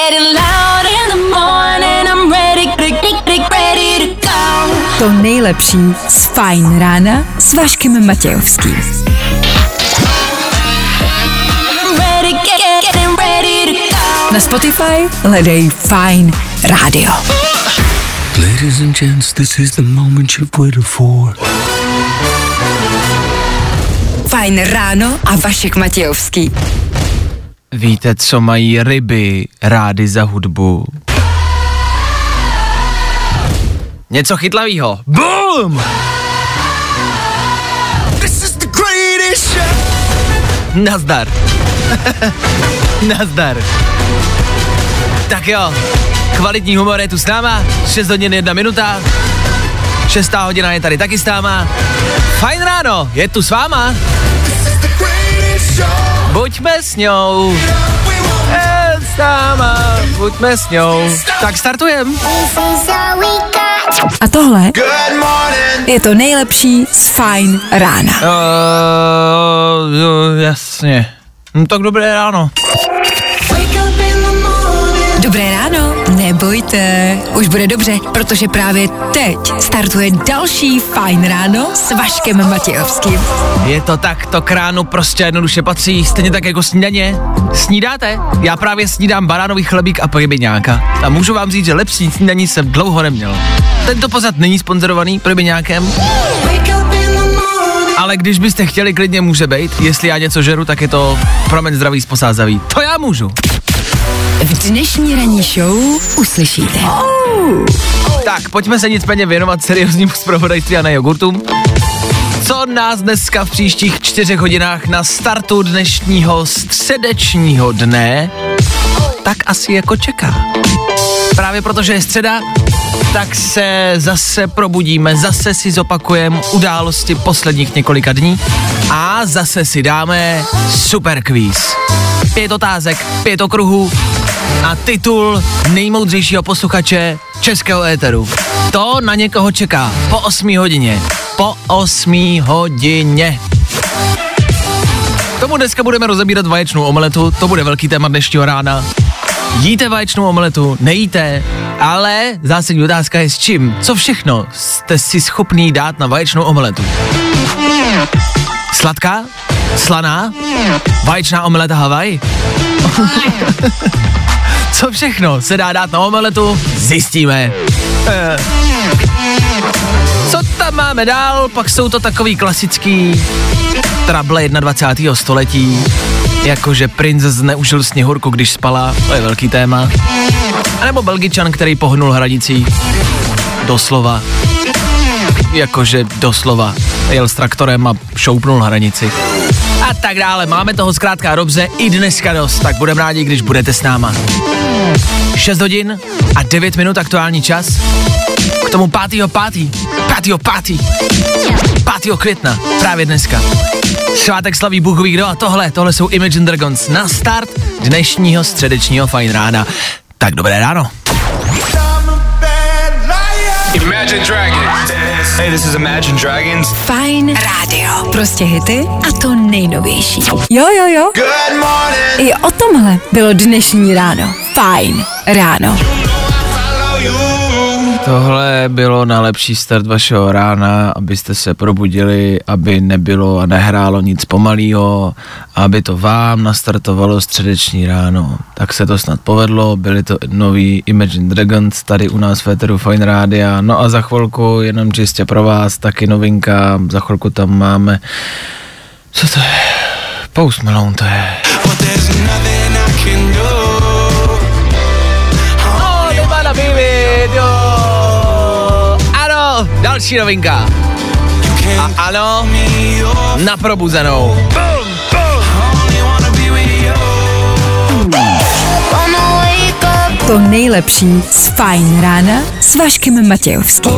To nejlepší z Fajn rána s Vaškem Matějovským. Na Spotify hledej Fajn Radio. Ladies and gents, this is the moment you've waited for. Fajn ráno a Vašek Matějovský. Víte, co mají ryby rády za hudbu? Něco chytlavýho. Boom! This is the greatest show. Nazdar. Nazdar. Tak jo, kvalitní humor je tu s náma, 6 hodin 1 minuta, 6. hodina je tady taky s náma. Fajn ráno, je tu s váma. Buďme s ňou. S náma, buďme s ňou. Tak startujem. A tohle je to nejlepší z Fajn rána. Jasně. No tak dobré ráno. Dobré ráno, nebojte, už bude dobře, protože právě teď startuje další Fajn ráno s Vaškem Matějovským. Je to tak, to k ránu prostě jednoduše patří, stejně tak jako snídaně. Snídáte? Já právě snídám banánový chlebík a pojebeňáka. A můžu vám říct, že lepší snídaní jsem dlouho neměl. Tento pořad není sponzorovaný pojebeňákem, ale když byste chtěli, klidně může být. Jestli já něco žeru, tak je to promiň zdraví z Posázaví. To já můžu. V dnešní ranní show uslyšíte. Tak, pojďme se nicméně věnovat serióznímu zpravodajství a ne jogurtům. Co nás dneska v příštích 4 hodinách na startu dnešního středečního dne tak asi jako čeká. Právě protože je středa, tak se zase probudíme, zase si zopakujeme události posledních několika dní a zase si dáme super kvíz. 5 otázek, 5 okruhů a titul nejmoudřejšího posluchače českého éteru. To na někoho čeká po 8 hodině. Po 8 hodině. K tomu dneska budeme rozebírat vaječnou omeletu, to bude velký téma dnešního rána. Jíte vaječnou omeletu, nejíte, ale zásadní otázka je s čím. Co všechno jste si schopný dát na vaječnou omeletu? Sladká? Slaná? Vaječná omeleta Havaj? Co všechno se dá dát na omeletu? Zjistíme. Co tam máme dál? Pak jsou to takový klasický trable 21. století. Jakože princ zneužil Sněhurku, když spala, to je velký téma. A nebo Belgičan, který pohnul hranicí. Doslova. Jakože doslova. Jel s traktorem a šoupnul hranici. A tak dále. Máme toho zkrátka dobře i dneska dost, tak budeme rádi, když budete s náma. 6 hodin a 9 minut aktuální čas. K tomu 5. května, právě dneska. Svátek slaví Bůh ví kdo a tohle jsou Imagine Dragons na start dnešního středečního Fajn rána. Tak dobré ráno. Imagine Dragons. Hey, this is Imagine Dragons. Fajn rádio. Prostě hity a to nejnovější. Jo. Good morning. I o tomhle bylo dnešní ráno. Fajn ráno. Tohle bylo na lepší start vašeho rána, abyste se probudili, aby nebylo a nehrálo nic pomalýho, aby to vám nastartovalo středeční ráno. Tak se to snad povedlo, byly to nový Imagine Dragons tady u nás v éteru Fajn rádia. No a za chvilku, jenom čistě pro vás, taky novinka, za chvilku tam máme, co to je? Post Malone to je. Ano, další novinka. A ano, na probuzenou. Boom, To nejlepší z Fajn rána s Vaškem Matějovským.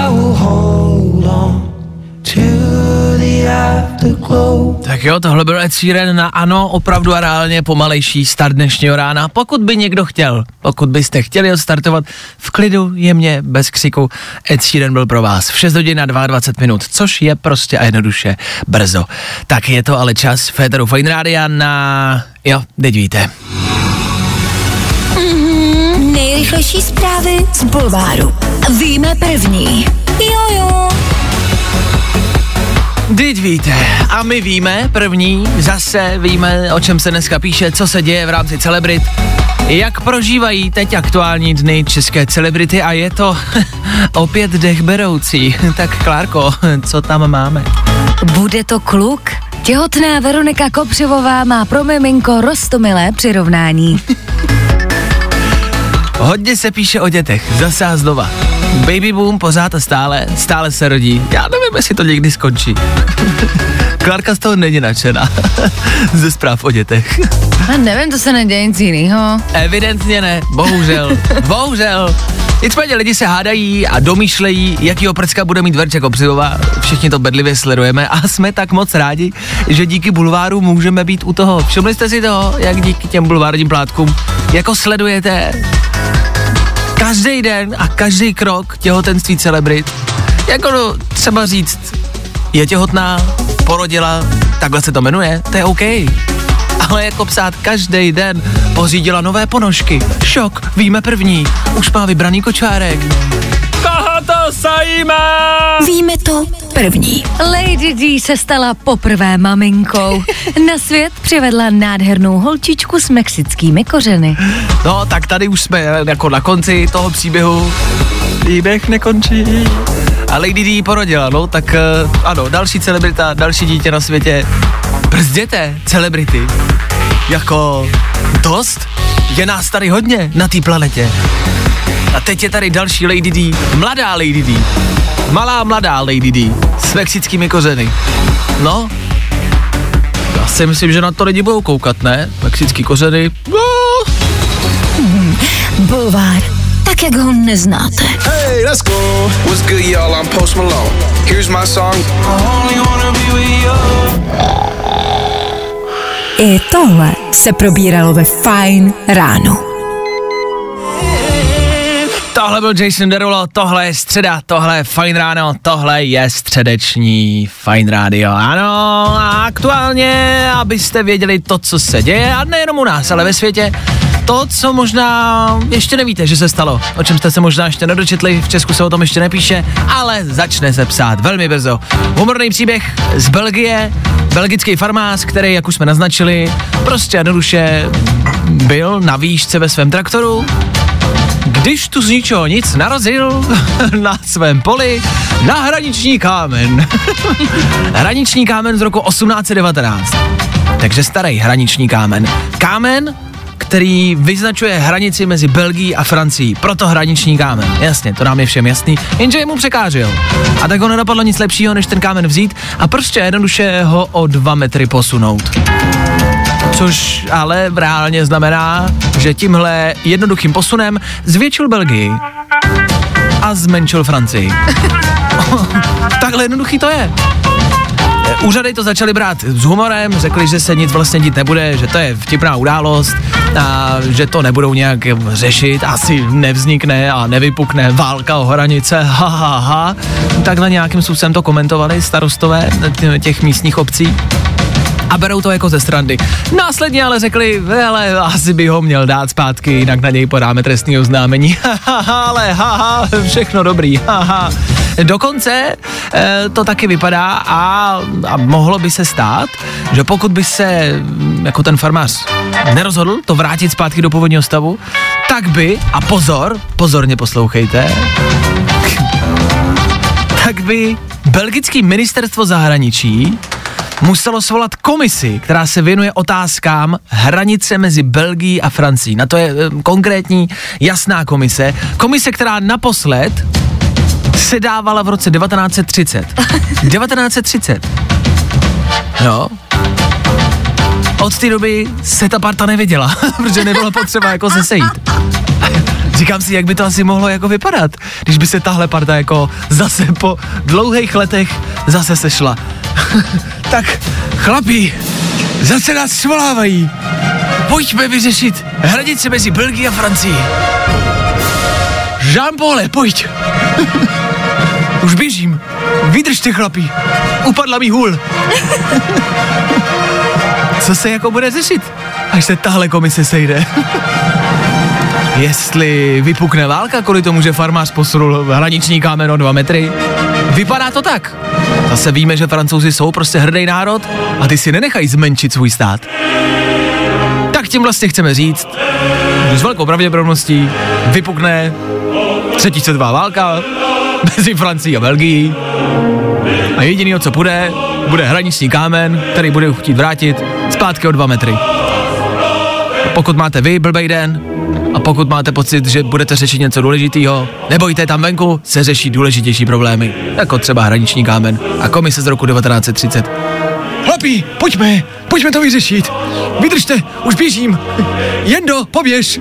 Tak jo, tohle byl Ed Sheeran na ano, opravdu a reálně pomalejší start dnešního rána. Pokud by někdo chtěl, pokud byste chtěli odstartovat v klidu, jemně, bez křiku, Ed Sheeran byl pro vás v 6 hodin a 22 minut, což je prostě a jednoduše brzo. Tak je to ale čas Féteru Fajn rádia na... Jo, teď víte. nejrychlejší zprávy z bulváru. Víme první. Jojo. Vždyť víte, a my víme první, zase víme, o čem se dneska píše, co se děje v rámci celebrit, jak prožívají teď aktuální dny české celebrity a je to opět dechberoucí. Tak Klárko, co tam máme? Bude to kluk? Těhotná Veronika Kopřivová má pro miminko roztomilé přirovnání. Hodně se píše o dětech, zase a znova. Baby boom pořád a stále se rodí. Já nevím, jestli to někdy skončí. Klárka z toho není nadšená. Ze zpráv o dětech. A nevím, to se neděje nic jinýho. Evidentně ne, bohužel. Nicméně lidi se hádají a domýšlejí, jakýho prcka bude mít Verča Kopřivová. Všichni to bedlivě sledujeme a jsme tak moc rádi, že díky bulváru můžeme být u toho. Všimli jste si toho, jak díky těm bulvárním plátkům jako sledujete každý den a každý krok těhotenství celebrit. Jako no, třeba říct, je těhotná, porodila, takhle se to jmenuje, to je OK. Ale jako psát každý den, pořídila nové ponožky, šok, víme první, už má vybraný kočárek. Koho to zajímá? Víme to první. Lady D se stala poprvé maminkou. Na svět přivedla nádhernou holčičku s mexickými kořeny. No, tak tady už jsme jako na konci toho příběhu. Příběh nekončí. A Lady D porodila, no, tak ano, další celebrita, další dítě na světě. Brzděte, celebrity. Jako dost? Je nás tady hodně na té planetě. A teď je tady další Lady D, mladá Lady D. Malá mladá Lady D s mexickými kořeny. No, já si myslím, že na to lidi budou koukat, ne? Mexický kořeny. No. Bulvár, tak jak ho neznáte. Hey, let's go. What's good, y'all? I'm Post Malone. Here's my song. I only wanna be with you. I tohle se probíralo ve Fajn ráno. Tohle byl Jason Derulo, tohle je středa, tohle je Fajn ráno, tohle je středeční Fajn rádio. Ano, a aktuálně, abyste věděli to, co se děje, a nejenom u nás, ale ve světě, to, co možná ještě nevíte, že se stalo, o čem jste se možná ještě nedočetli, v Česku se o tom ještě nepíše, ale začne se psát velmi brzo. Humorný příběh z Belgie, belgický farmář, který, jak už jsme naznačili, prostě jednoduše byl na výšce ve svém traktoru, když tu z ničeho nic narazil na svém poli na hraniční kámen. Hraniční kámen z roku 1819. Takže starý hraniční kámen. Kámen, který vyznačuje hranici mezi Belgií a Francií. Proto hraniční kámen. Jasně, to nám je všem jasný. Jenže mu překážel. A tak ho nenapadlo nic lepšího, než ten kámen vzít a prostě jednoduše ho o 2 metry posunout. Což ale reálně znamená, že tímhle jednoduchým posunem zvětšil Belgii a zmenšil Francii. Takhle jednoduchý to je. Úřady to začaly brát s humorem, řekli, že se nic vlastně dít nebude, že to je vtipná událost a že to nebudou nějak řešit, asi nevznikne a nevypukne válka o hranice, Takhle nějakým způsobem to komentovali starostové těch místních obcí. A berou to jako ze srandy. Následně ale řekli, hele, asi by ho měl dát zpátky, jinak na něj podáme trestní oznámení. Ale všechno dobrý. Dokonce to taky vypadá a mohlo by se stát, že pokud by se jako ten farmář nerozhodl to vrátit zpátky do původního stavu, tak by, a pozorně poslouchejte, tak by belgický ministerstvo zahraničí muselo svolat komisi, která se věnuje otázkám hranice mezi Belgií a Francií. Na to je konkrétní, jasná komise. Komise, která naposled se dávala v roce 1930. 1930. No. Od té doby se ta parta neviděla, protože nebylo potřeba jako se sejít. Říkám si, jak by to asi mohlo jako vypadat, když by se tahle parta jako zase po dlouhých letech zase sešla. Tak, chlapi, zase nás svolávají. Pojďme vyřešit hranice mezi Belgií a Francií. Jean-Paule, pojď. Už běžím. Vydržte, chlapi. Upadla mi hůl. Co se jako bude řešit, až se tahle komise sejde? jestli vypukne válka kvůli tomu, že farmář posunul hraniční kámen o 2 metry. Vypadá to tak. Zase víme, že Francouzi jsou prostě hrdý národ a ty si nenechají zmenšit svůj stát. Tak tím vlastně chceme říct, že s velkou pravděpodobností vypukne třetí světová válka mezi Francií a Belgií a jediný, co půjde, bude hraniční kámen, který bude chtít vrátit zpátky o 2 metry. A pokud máte vy blbej den a pokud máte pocit, že budete řešit něco důležitého, nebojte, tam venku se řeší důležitější problémy, jako třeba hraniční kámen a komise z roku 1930. Chlapi, pojďme to vyřešit. Vydržte, už běžím. Jendo, poběž.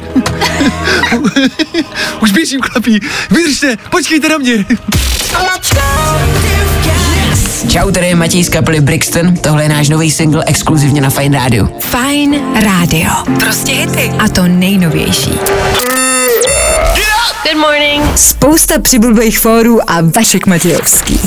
Už běžím, chlapi, vydržte, počkejte na mě. Čau, tady je Matěj z kapely Brixton, tohle je náš nový single exkluzivně na Fajn rádiu. Fajn rádio. Prostě hity. A to nejnovější. Good morning. Spousta přibulbých fórů a Vašek Matějovský.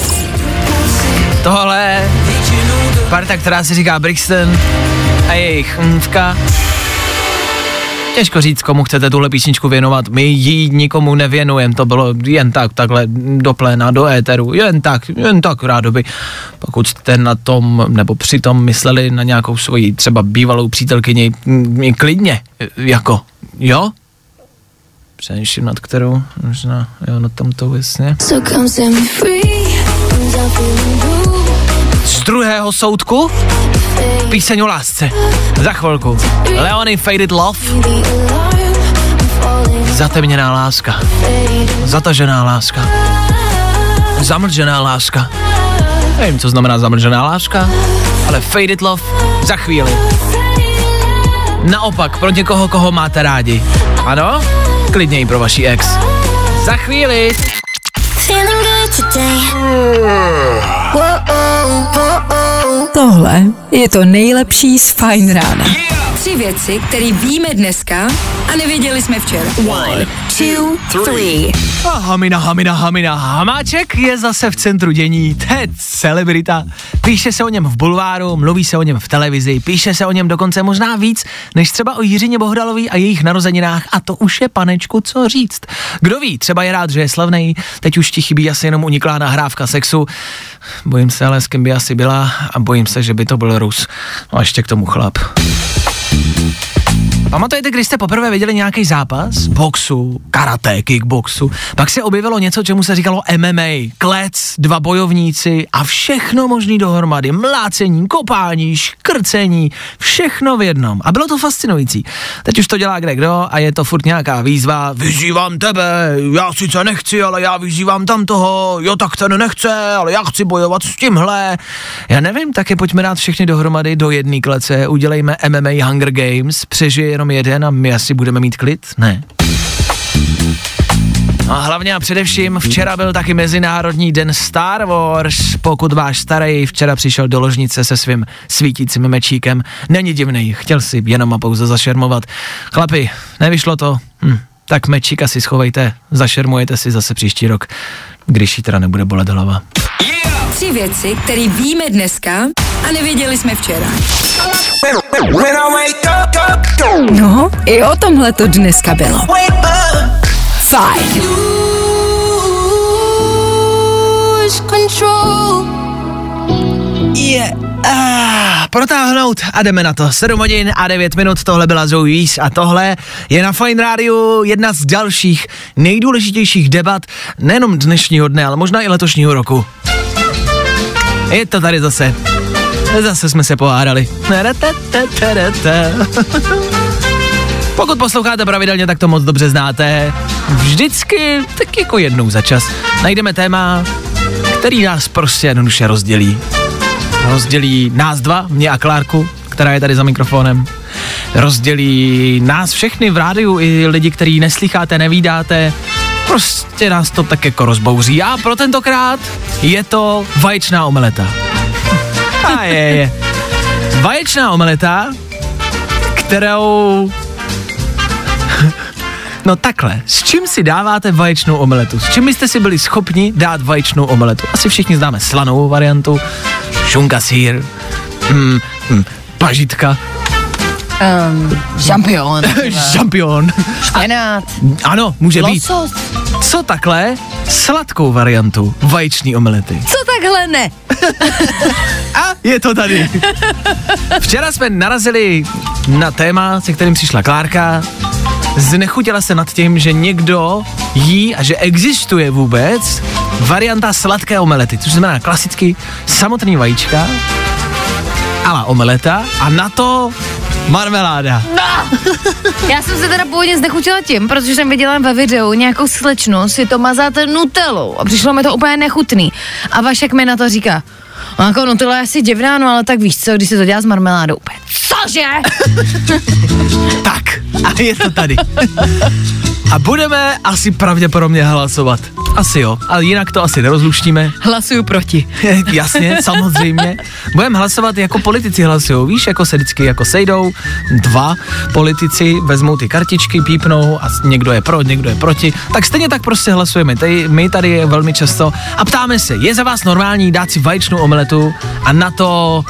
Tohle parta, která si říká Brixton a jejich mvka. Těžko říct, komu chcete tuhle písničku věnovat. My ji nikomu nevěnujeme, to bylo jen tak, takhle do pléna, do éteru, jen tak rádoby. Pokud jste na tom, nebo přitom mysleli na nějakou svoji třeba bývalou přítelkyni, klidně, jako, jo? Přemýšlím nad kterou, možná, jo, na tomto jasně. Z druhého soudku píseň o lásce. Za chvilku. Leony Faded Love. Zatemněná láska. Zatažená láska. Zamlžená láska. Nevím, co znamená zamlžená láska, ale Faded Love za chvíli. Naopak, pro někoho, koho máte rádi. Ano? Klidně i pro vaši ex. Za chvíli. Tohle je to nejlepší z Fajn rána. 3 věci, které víme dneska a nevěděli jsme včera. 1, 2, 3. A Hamina Hamáček je zase v centru dění, to je celebrita. Píše se o něm v bulváru, mluví se o něm v televizi, píše se o něm dokonce možná víc, než třeba o Jiřině Bohdalový a jejich narozeninách a to už je, panečku, co říct. Kdo ví, třeba je rád, že je slavnej, teď už ti chybí asi jenom uniklá nahrávka sexu. Bojím se ale, s kým by asi byla a bojím se, že by to byl Rus. No a ještě k tomu chlap. Pamatujete, když jste poprvé viděli nějaký zápas? Boxu, karate, kickboxu. Pak se objevilo něco, čemu se říkalo MMA. Klec, 2 bojovníci a všechno možný dohromady. Mlácení, kopání, škrcení, všechno v jednom. A bylo to fascinující. Teď už to dělá kdekdo a je to furt nějaká výzva. Vyzývám tebe, já sice nechci, ale já vyzývám tamtoho. Jo, tak ten nechce, ale já chci bojovat s tímhle. Já nevím, taky pojďme dát všechny dohromady do jedné klece. Udělejme MMA Hunger Games, přežije jenom jeden a my asi budeme mít klid? Ne. No a hlavně a především včera byl taky Mezinárodní den Star Wars. Pokud váš starý včera přišel do ložnice se svým svítícím mečíkem, není divný, chtěl si jenom a pouze zašermovat. Chlapi, nevyšlo to? Tak mečíka si schovejte, zašermujete si zase příští rok, když jí teda nebude bolet hlava. 3 věci, které víme dneska a nevěděli jsme včera. No, i o tomhle to dneska bylo. Fajn. Protáhnout a jdeme na to. 7 hodin a 9 minut, tohle byla Zoe Wees a tohle je na Fajn rádiu jedna z dalších nejdůležitějších debat, nejenom dnešního dne, ale možná i letošního roku. Je to tady zase. Zase jsme se pohádali. Pokud posloucháte pravidelně, tak to moc dobře znáte. Vždycky, tak jako jednou za čas, najdeme téma, který nás prostě jednoduše rozdělí. Rozdělí nás dva, mě a Klárku, která je tady za mikrofonem. Rozdělí nás všechny v rádiu i lidi, který neslycháte, nevídáte. Prostě nás to tak jako rozbouří. A pro tentokrát je to vaječná omeleta. A je. Vaječná omeleta, kterou... No takhle, s čím si dáváte vaječnou omeletu? S čím byste si byli schopni dát vaječnou omeletu? Asi všichni známe slanou variantu, šunka, sýr, pažitka. Šampion. Šampion. Špenát. Ano, může být. Losos. Co takhle sladkou variantu vaječný omelety? Co takhle ne? A je to tady. Včera jsme narazili na téma, se kterým přišla Klárka. Znechutila se nad tím, že někdo jí a že existuje vůbec varianta sladké omelety, což znamená klasicky samotný vajíčka, ala omeleta a na to marmeláda. No. Já jsem se teda původně znechutila tím, protože jsem viděla ve videu nějakou slečnu si to mazat nutellou a přišlo mi to úplně nechutný. A Vašek mi na to říká, no jako nutella je asi divná, no ale tak víš co, když se to dělá s marmeládou úplně. Cože? Tak, a je to tady. A budeme asi pravděpodobně hlasovat. Asi jo, ale jinak to asi nerozluštíme. Hlasuju proti. Jasně, samozřejmě. Budeme hlasovat jako politici hlasují, víš, jako se vždycky jako sejdou dva politici, vezmou ty kartičky, pípnou a někdo je pro, někdo je proti. Tak stejně tak prostě hlasujeme. My tady velmi často a ptáme se, je za vás normální dát si vaječnou omeletu a na to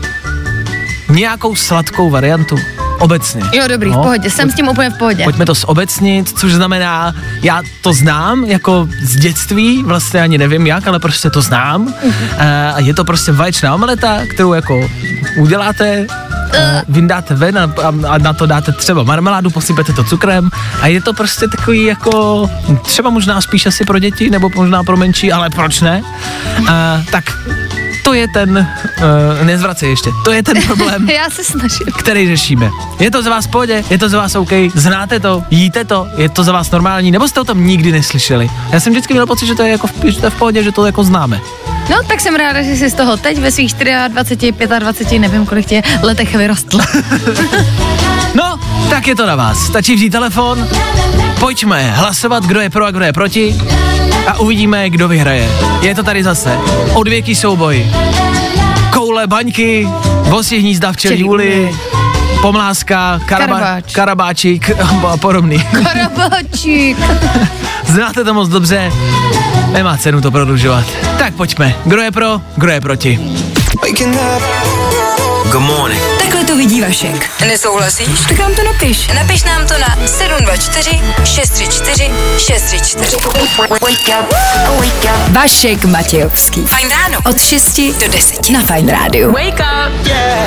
nějakou sladkou variantu? Obecně. Jo, dobrý, v pohodě, jsem s tím úplně v pohodě. Pojďme to zobecnit, což znamená, já to znám jako z dětství, vlastně ani nevím jak, ale prostě to znám. A je to prostě vaječná omeleta, kterou jako uděláte, vyndáte ven a na to dáte třeba marmeládu, posypete to cukrem a je to prostě takový jako, třeba možná spíš asi pro děti, nebo možná pro menší, ale proč ne? Tak to je ten, nezvracej ještě, to je ten problém, Já se snažím. který řešíme. Je to za vás v pohodě? Je to za vás OK? Znáte to? Jíte to? Je to za vás normální? Nebo jste o tom nikdy neslyšeli? Já jsem vždycky měl pocit, že to je jako že to je v pohodě, že to jako známe. No, tak jsem ráda, že jsi z toho teď ve svých 24, 25, nevím kolik tě letech vyrostl. No, tak je to na vás. Stačí vzít telefon, pojďme hlasovat, kdo je pro a kdo je proti a uvidíme, kdo vyhraje. Je to tady zase. Odvěký souboj. Koule, baňky, vosí hnízda včelí uli, pomlázka, karabáčik a podobný. Karabáčik. Znáte to moc dobře, nemá cenu to prodlužovat. Tak pojďme, kdo je pro, kdo je proti. Good morning. Takhle to vidí Vašek. Nesouhlasíš? Tak nám to napiš. Napiš nám to na 724 634 634. Vašek Matějovský. Fajn ráno. Od 6 do 10 na Fajn rádiu. Wake up.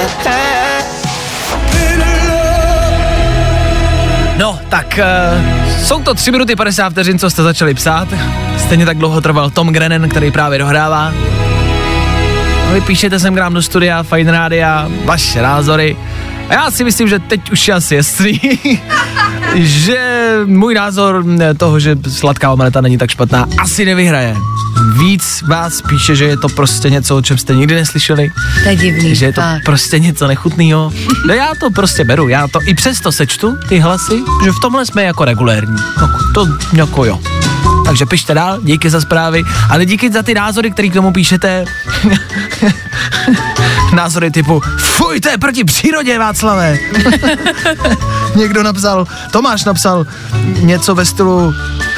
No, tak jsou to 3 minuty 50 vteřin, co jste začali psát. Stejně tak dlouho trval Tom Grennan, který právě dohrává. Vy píšete sem k nám do studia Fajn rádia vaše názory. A já si myslím, že teď už je asi jasný, že můj názor toho, že sladká omeleta není tak špatná, asi nevyhraje. Víc vás píše, že je to prostě něco, o čem jste nikdy neslyšeli. To je divný. Že je to prostě něco nechutného. No já to prostě beru, já to i přesto sečtu, ty hlasy, že v tomhle jsme jako regulérní. No, to jako jo. Takže pište dál, díky za zprávy, ale díky za ty názory, který k tomu píšete. Názory typu, fuj, to je proti přírodě, Václave. Někdo napsal, Tomáš napsal něco ve stylu,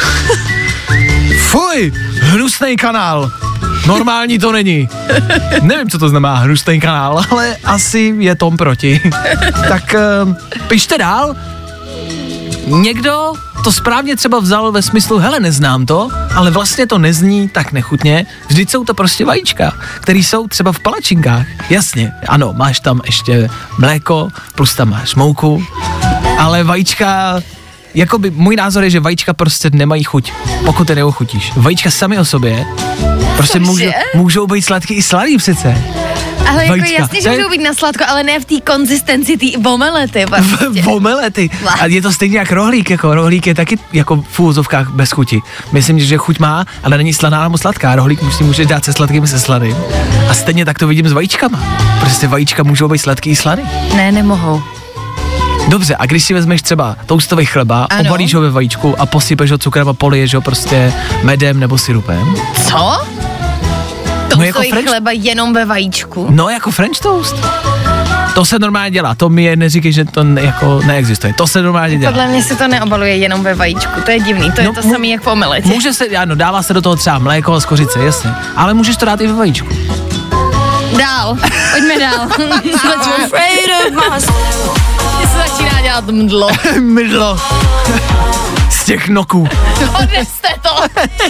fuj, hnusnej kanál. Normální to není. Nevím, co to znamená hnusnej kanál, ale asi je Tom proti. Tak pište dál. Někdo to správně třeba vzal ve smyslu, hele, neznám to, ale vlastně to nezní tak nechutně, vždyť jsou to prostě vajíčka, které jsou třeba v palačinkách. Jasně, ano, máš tam ještě mléko, plus tam máš mouku, ale vajíčka, jakoby můj názor je, že vajíčka prostě nemají chuť, pokud je neochutíš. Vajíčka sami o sobě prostě můžou být sladký i sladý přece. Ale jako jasně, že můžou být na sladko, ale ne v té konzistenci té omelety. Omelety. A je to stejně jak rohlík, jako rohlík je taky jako v úvozovkách bez chuti. Myslím, že chuť má, ale není slaná nebo sladká. Rohlík můžeš dát se sladkým, se sladým. A stejně tak to vidím s vajíčkama. Prostě vajíčka můžou být sladký i sladý. Ne, nemohou. Dobře, a když si vezmeš třeba toastový chleba, obalíš ho ve vajíčku a posypeš ho cukrem a poliješ ho prostě medem nebo syrupem. Co? To jako chleba jenom ve vajíčku? No, jako French toast. To se normálně dělá, to mi neříkej, že to jako neexistuje. To se normálně dělá. Podle mě se to neobaluje jenom ve vajíčku, to je divný, to je to samé jak v omeletě. Může se, ano, dává se do toho třeba mléko a skořice, jasně. Ale můžeš to dát i ve vajíčku. Dál, pojďme dál. začíná dělat mdlo. Mydlo. Z těch noků. Odneste to.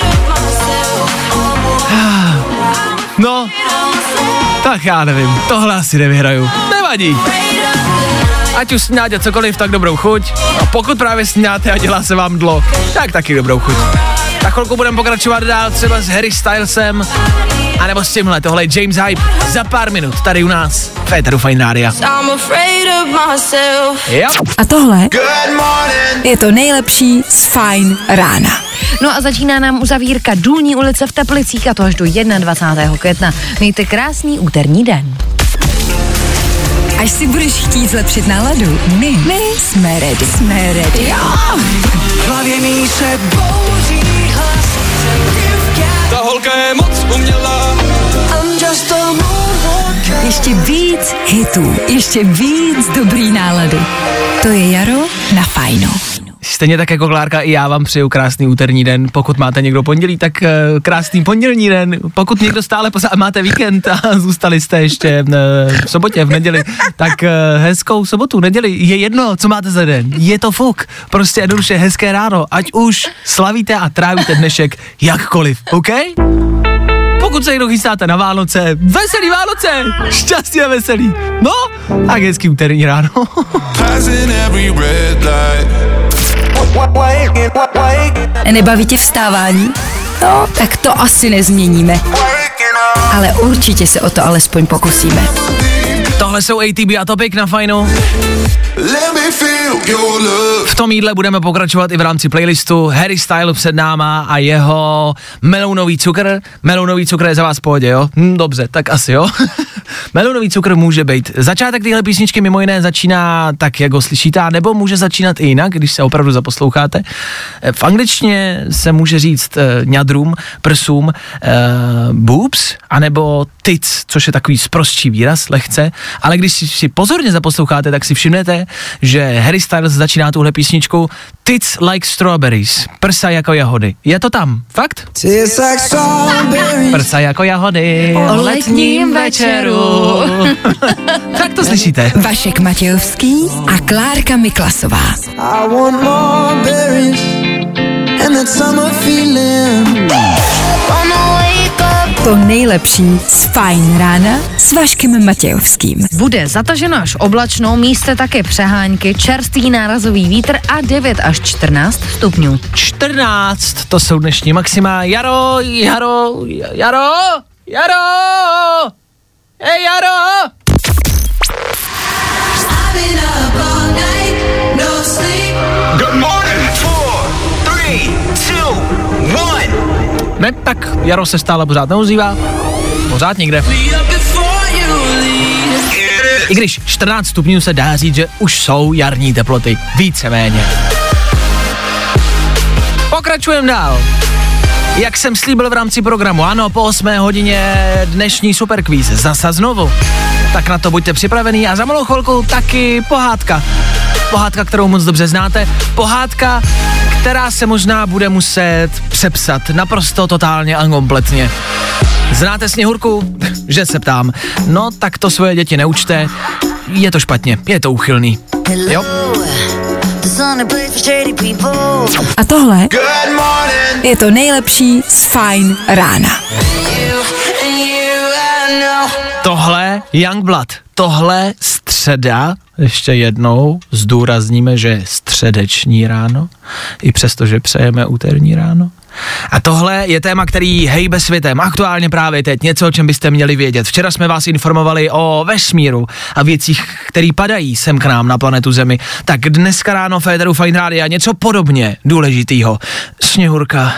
No, tak já nevím, tohle asi nevyhraju. Nevadí. Ať už snídáte cokoliv, tak dobrou chuť. A pokud právě snídáte a dělá se vám mdlo, tak taky dobrou chuť. Na chvilku budeme pokračovat dál třeba s Harry Stylesem, anebo s tímhle, tohle je James Hype. Za pár minut tady u nás v éteru Fajn Rádia. Jo. A tohle je to nejlepší z Fajn rána. No a začíná nám uzavírka Důlní ulice v Teplicích a to až do 21. května. Mějte krásný úterní den. Až si budeš chtít zlepšit náladu, my jsme ready. Jsme ready. Ta holka je moc umělá. Ještě víc hitů, ještě víc dobrý nálady. To je jaro na Fajnu. Stejně tak jako Klárka, i já vám přeju krásný úterní den. Pokud máte někdo pondělí, tak krásný pondělní den. Pokud někdo stále máte víkend a zůstali jste ještě v sobotě, v neděli, tak hezkou sobotu, neděli. Je jedno, co máte za den. Je to fuk. Prostě jednoduše hezké ráno. Ať už slavíte a trávíte dnešek jakkoliv, OK? Pokud se někdo chystáte na Vánoce, veselý Vánoce, šťastně a veselý. No, tak hezký úterní ráno. Nebaví tě vstávání? No, tak to asi nezměníme. Ale určitě se o to alespoň pokusíme. Tohle jsou ATB a Topic na Fajnu. V tom jídle budeme pokračovat i v rámci playlistu. Harry Styles před náma a jeho melounový cukr. Melounový cukr je za vás v pohodě, jo? Dobře, tak asi jo. Melounový cukr může být. Začátek téhle písničky mimo jiné začíná tak, jak ho slyšíte, nebo může začínat i jinak, když se opravdu zaposloucháte. V angličtině se může říct ňadrům, prsům, boobs, anebo tits, což je takový sprostší výraz, lehce. Ale když si pozorně zaposloucháte, tak si všimnete, že Harry Styles začíná tuhle písničku Tits like strawberries, prsa jako jahody. Je to tam, fakt? Prsa jako jahody O letním večeru. Tak to slyšíte. Vašek Matějovský a Klárka Miklasová. To nejlepší z Fajn rána s Vaškem Matějovským. Bude zataženo až oblačno, místy také přehánky, čerstvý nárazový vítr a 9 až 14 stupňů. 14, to jsou dnešní maxima. Jaro! Hej, Jaro! Good morning. 4, 3, 2, 1. Ne, tak Jaro se stále pořád neozývá. Pořád někde. I když 14 stupňů se dá říct, že už jsou jarní teploty. Víceméně. Pokračujeme dál. Jak jsem slíbil v rámci programu, ano, po 8 hodině dnešní superkvíz, zasa znovu. Tak na to buďte připravený a za malou chvilku taky pohádka. Pohádka, kterou moc dobře znáte. Pohádka, která se možná bude muset přepsat naprosto totálně a kompletně. Znáte Sněhurku? Že se ptám. No, tak to svoje děti neučte. Je to špatně, je to úchylný. Jo? A tohle je to nejlepší z Fajn rána. Tohle Youngblood, tohle středa, ještě jednou zdůrazníme, že středeční ráno, i přesto, že přejeme úterní ráno. A tohle je téma, který hejbe světem, aktuálně právě teď, něco, o čem byste měli vědět. Včera jsme vás informovali o vesmíru a věcích, které padají sem k nám na planetu Zemi. Tak dneska ráno v éteru Fajn Rádia něco podobně důležitýho. Sněhurka.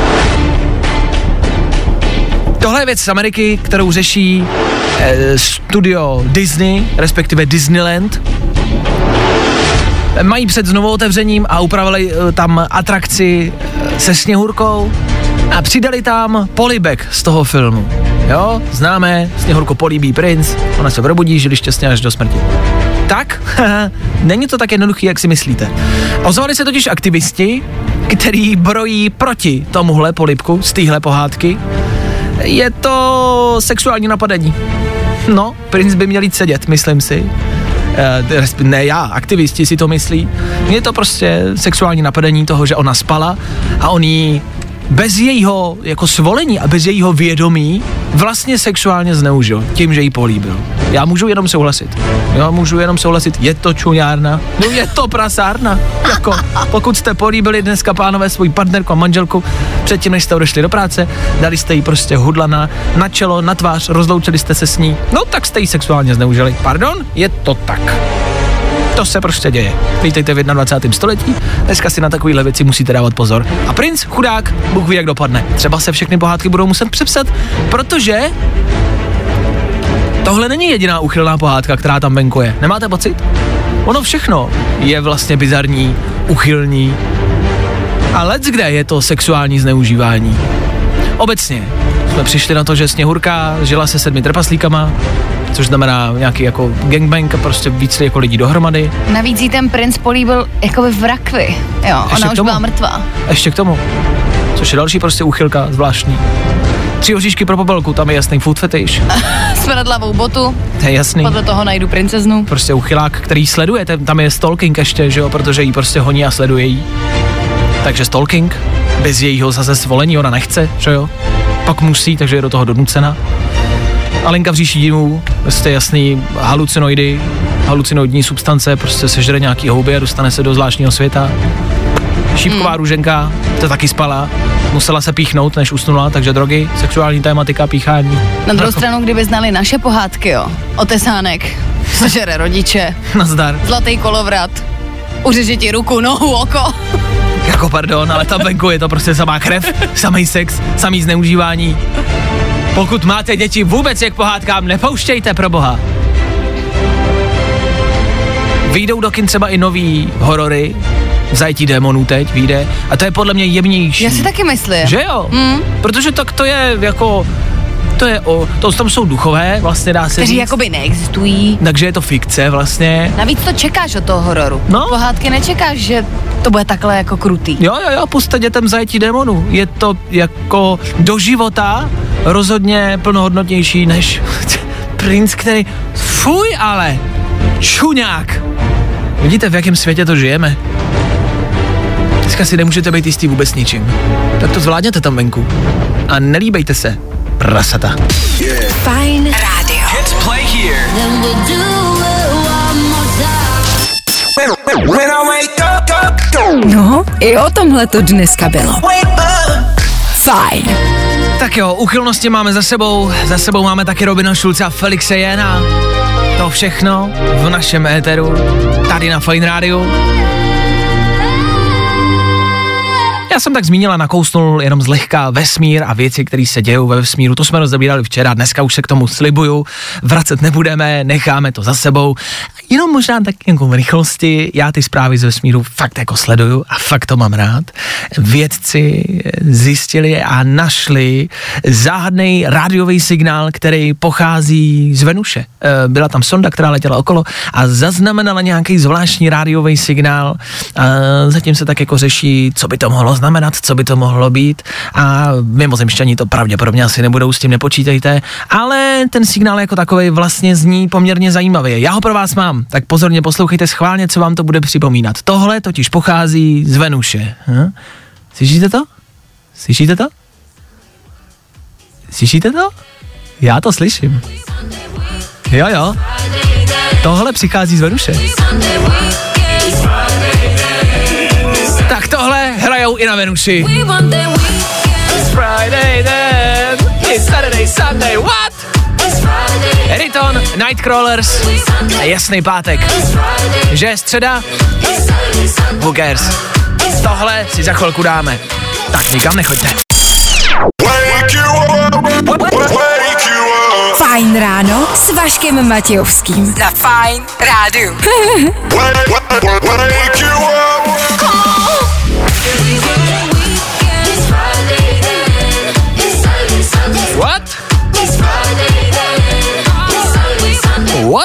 Tohle je věc z Ameriky, kterou řeší studio Disney, respektive Disneyland. Mají před znovu otevřením a upravili tam atrakci se Sněhurkou a přidali tam polibek z toho filmu. Jo, známe, Sněhurku políbí princ, ona se probudí, žili šťastně až do smrti. Tak, není to tak jednoduchý, jak si myslíte. Ozvali se totiž aktivisti, kteří brojí proti tomuhle polibku z téhle pohádky. Je to sexuální napadení. No, princ by měl jít sedět, myslím si. ne já, aktivisti si to myslí. Je to prostě sexuální napadení toho, že ona spala a on jí bez jejího jako svolení a bez jejího vědomí vlastně sexuálně zneužil tím, že jí políbil. Já můžu jenom souhlasit. Je to čuňárna, no je to prasárna. Jako, pokud jste políbili dneska, pánové, svoji partnerku a manželku předtím, než jste odešli do práce, dali jste jí prostě hudla na čelo, na tvář, rozloučili jste se s ní, no tak jste jí sexuálně zneužili. Pardon? Je to tak. To se prostě děje. Vítejte v 21. století, dneska si na takovýhle věci musíte dávat pozor. A princ, chudák, Bůh ví, jak dopadne. Třeba se všechny pohádky budou muset přepsat, protože tohle není jediná úchylná pohádka, která tam venku je. Nemáte pocit? Ono všechno je vlastně bizarní, úchylní. A leckde je to sexuální zneužívání. Obecně jsme přišli na to, že Sněhurka žila se 7 trpaslíkama, což znamená nějaký jako gangbang a prostě víc jako lidí dohromady. Navíc jí ten princ políbil jakoby v rakvi, jo, ona už byla mrtvá. Ještě k tomu, což je další prostě úchylka zvláštní. 3 oříšky pro Popelku, tam je jasný food fetish. Smradlavou botu. To je jasný. Podle toho najdu princeznu. Prostě úchylák, který sleduje, tam je stalking ještě, že jo, protože jí prostě honí a sleduje jí. Takže stalking, bez jejího zase svolení, ona nechce, že jo. Pak musí, takže je do toho donucena. Alenka v říši divů, prostě jasný halucinoidní substance, prostě sežere nějaký houby a dostane se do zvláštního světa. Šípková růženka, to taky spala, musela se píchnout, než usnula, takže drogy, sexuální tématika, píchání. Na druhou stranu, kdyby znali naše pohádky, jo, otesánek, sežere rodiče, nazdar, zlatý kolovrat, uřeže ti ruku, nohu, oko. Jako pardon, ale tam venku je to prostě samá krev, samý sex, samý zneužívání. Pokud máte děti, vůbec je k pohádkám nepouštějte, pro boha. Vyjdou do kin třeba i nový horory, Zajetí démonů teď vyjde a to je podle mě jemnější. Já si taky myslím. Že jo? Protože tak to je jako, tam jsou duchové, vlastně dá se kteří říct. jakoby neexistují. Takže je to fikce vlastně. Navíc to čekáš od toho hororu. No. Pohádky nečekáš, že to bude takhle jako krutý. Jo, puste dětem Zajetí démonů. Je to jako do života rozhodně plnohodnotnější než princ, který, fuj ale, čuňák. Vidíte, v jakém světě to žijeme? Dneska si nemůžete být jistý vůbec ničím. Tak to zvládněte tam venku. A nelíbejte se, prasata. Fajn rádio. Hits play here. No, i o tomhle to dneska bylo. Fajn. Tak jo, úchylnosti máme za sebou máme taky Robina Šulce a Felixe Jena. To všechno v našem éteru, tady na Fajn rádiu. Já jsem tak zmínila, nakousnul jenom zlehka vesmír a věci, které se dějou ve vesmíru. To jsme rozebírali včera, dneska už se k tomu slibuju. Vracet nebudeme, necháme to za sebou. Jenom možná tak jako v rychlosti, já ty zprávy z vesmíru fakt jako sleduju a fakt to mám rád. Vědci zjistili a našli záhadný rádiový signál, který pochází z Venuše. Byla tam sonda, která letěla okolo a zaznamenala nějaký zvláštní rádiový signál. A zatím se tak jako řeší, co by to mohlo znamenat, co by to mohlo být a mimozemšťani to pravděpodobně asi nebudou, s tím nepočítejte, ale ten signál jako takovej vlastně zní poměrně zajímavě. Já ho pro vás mám, tak pozorně poslouchejte schválně, co vám to bude připomínat. Tohle totiž pochází z Venuše. Slyšíte to? Slyšíte to? Slyšíte to? Já to slyším. Jo. Tohle přichází z Venuše. Tak tohle hrajou i na Venuši. It's Friday then, it's Saturday, Sunday, what? Eriton, Nightcrawlers, jasný pátek. Že je středa? Who cares? Tohle si za chvilku dáme. Tak nikam nechoďte. Fajn ráno s Vaškem Matějovským. Za Fajn rádiu. What? What?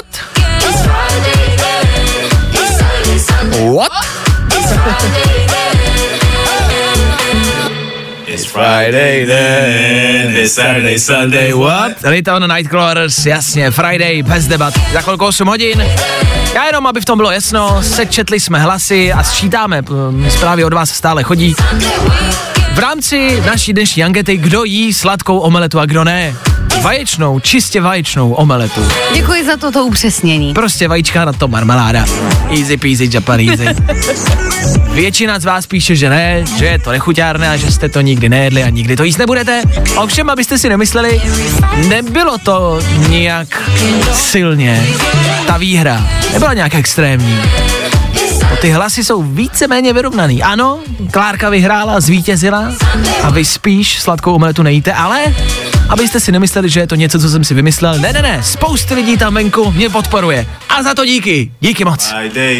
What? It's Friday then, it's Saturday, Sunday, what? Riton Nightcrawlers, jasně, Friday, bez debat, za chvilku 8 hodin. Já jenom, aby v tom bylo jasno, sečetli jsme hlasy a sčítáme, zprávy od vás stále chodí. V rámci naší dnešní ankety, kdo jí sladkou omeletu a kdo ne. Vaječnou, čistě vaječnou omeletu. Děkuji za toto upřesnění. Prostě vajíčka na to marmeláda. Easy peasy, Japaneasy. Většina z vás píše, že ne, že je to nechuťárné a že jste to nikdy nejedli a nikdy to jíst nebudete. Ovšem, abyste si nemysleli, nebylo to nijak silně. Ta výhra nebyla nějak extrémní. Ty hlasy jsou víceméně vyrovnaný. Ano, Klárka vyhrála, zvítězila a vy spíš sladkou omeletu nejíte, ale abyste si nemysleli, že je to něco, co jsem si vymyslel. Ne, spousty lidí tam venku mě podporuje. A za to díky moc.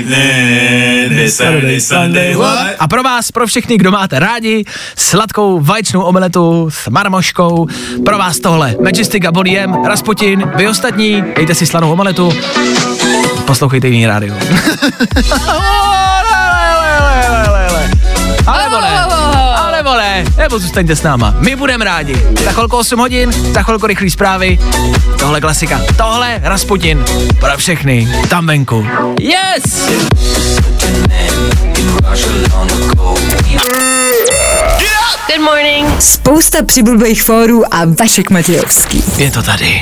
A pro vás, pro všechny, kdo máte rádi sladkou vaječnou omeletu s marmoškou, pro vás tohle Majestic a Boney M, Rasputin, vy ostatní, dejte si slanou omeletu, poslouchejte jiný rádio. Alebo ne, nebo zůstaňte s náma, my budeme rádi. Za chvilku 8 hodin, za chvilku rychlý zprávy, tohle klasika, tohle Rasputin, pro všechny, tam venku. Yes! Good morning. Spousta přibulbých fórů a Vašek Matějovský. Je to tady.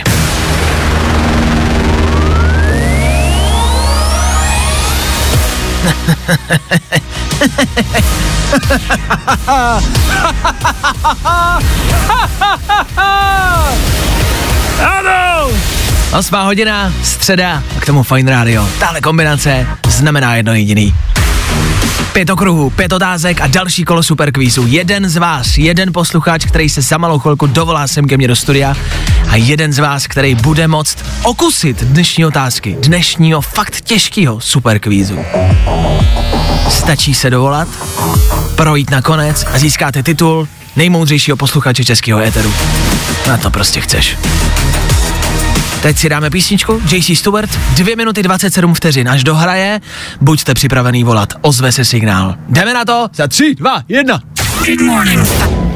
Ano! 8 hodina, středa a k tomu Fajn rádio. Tahle kombinace znamená jedno jediný. 5 okruhů, 5 otázek a další kolo superkvízu. Jeden z vás, jeden posluchač, který se za malou chvilku dovolá sem ke mně do studia a jeden z vás, který bude moct okusit dnešní otázky, dnešního fakt těžkého superkvízu. Stačí se dovolat, projít na konec a získáte titul nejmoudřejšího posluchače českého éteru. Na to prostě chceš. Teď si dáme písničku, JC Stewart, 2 minuty 27 vteřin, až dohraje, buďte připravený volat, ozve se signál. Jdeme na to, za 3, 2, 1. Good morning.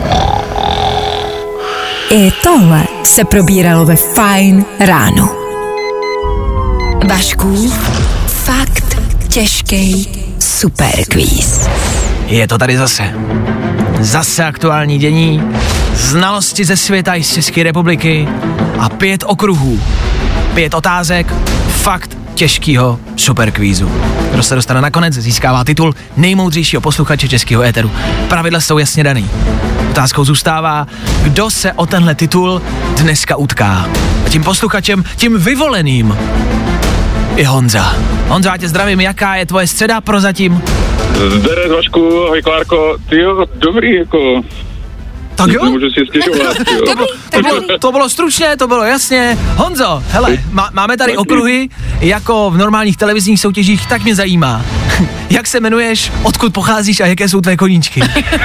I tohle se probíralo ve Fajn ráno. Vašku, fakt těžký superkvíz. Je to tady zase. Zase aktuální dění, znalosti ze světa i z České republiky a 5 okruhů, 5 otázek, fakt těžkýho superkvízu. Kdo se dostane nakonec, získává titul nejmoudřejšího posluchače českého éteru. Pravidla jsou jasně daný. Otázkou zůstává, kdo se o tenhle titul dneska utká. A tím posluchačem, tím vyvoleným je Honza. Honzo, já tě zdravím, jaká je tvoje středa prozatím? Zdere, Vašku, ahoj Klárko, tyjo, dobrý, jako... Tak jo? Nemůžu si stěžovat, jo. To bylo stručně, to bylo jasně. Honzo, hele, máme tady okruhy, jako v normálních televizních soutěžích, tak mě zajímá. Jak se jmenuješ, odkud pocházíš a jaké jsou tvé koníčky?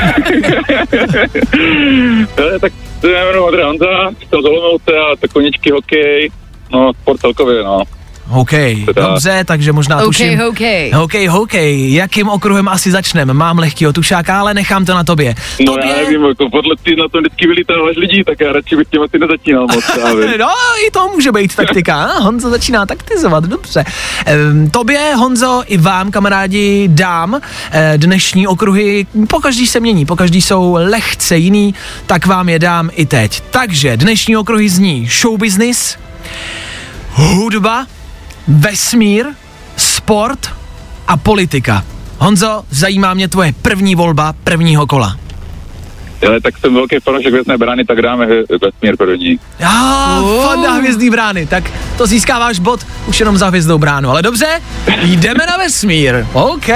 Tak se jmenuji Ondra Honza, to z Olomouce a to koníčky, hokej, no sport celkově, no. Hokej, dobře, takže možná tuším. Hokej. Jakým okruhem asi začneme? Mám lehkýho tušáka, ale nechám to na tobě. No já nevím, jako podle ty na to vždycky vylítáváš lidí, tak já radši bych těm asi nezačínal moc. No, i to může být taktika. Honzo začíná taktizovat, dobře. Tobě, Honzo, i vám, kamarádi, dám dnešní okruhy. Pokaždý se mění, pokaždý jsou lehce jiný, tak vám je dám i teď. Takže dnešní okruhy zní show business, hudba, vesmír, sport a politika. Honzo, zajímá mě tvoje první volba prvního kola. Ale tak jsem velký fanoušek Hvězdné brány, tak dáme vesmír první. Fan na Hvězdný brány, tak to získáváš bod už jenom za Hvězdnou bránu, ale dobře, jdeme na vesmír. OK.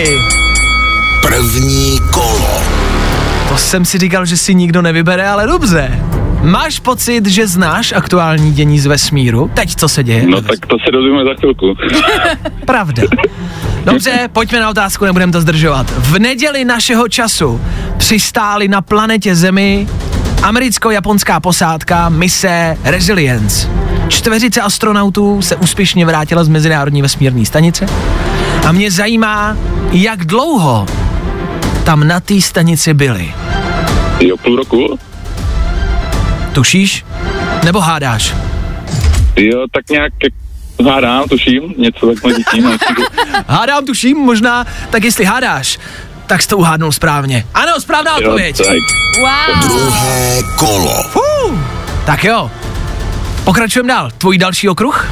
První kolo. To jsem si říkal, že si nikdo nevybere, ale dobře. Máš pocit, že znáš aktuální dění z vesmíru? Teď co se děje? No tak to se dozvíme za chvilku. Pravda. Dobře, pojďme na otázku, nebudeme to zdržovat. V neděli našeho času přistáli na planetě Zemi americko-japonská posádka mise Resilience. 4 astronautů se úspěšně vrátila z Mezinárodní vesmírné stanice a mě zajímá, jak dlouho tam na té stanici byli. Jo, půl roku? Tušíš? Nebo hádáš? Jo, tak nějak hádám, tuším, něco takhle tím. Hádám, tuším, možná, tak jestli hádáš, tak jsi to uhádnul správně. Ano, správná odpověď. Jo, tak. Wow. Druhé kolo. Tak jo. Pokračujeme dál. Tvůj další okruh?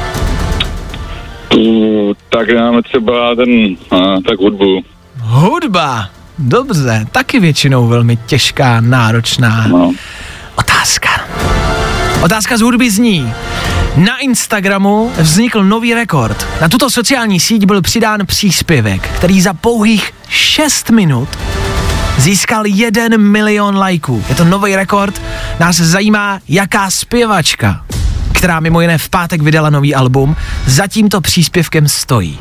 Tak dáme třeba tak hudbu. Hudba. Dobře, taky většinou velmi těžká, náročná otázka. Otázka z hudby zní: na Instagramu vznikl nový rekord. Na tuto sociální síť byl přidán příspěvek, který za pouhých 6 minut získal 1 milion lajků. Je to nový rekord. Nás zajímá, jaká zpěvačka, která mimo jiné v pátek vydala nový album, za tímto příspěvkem stojí.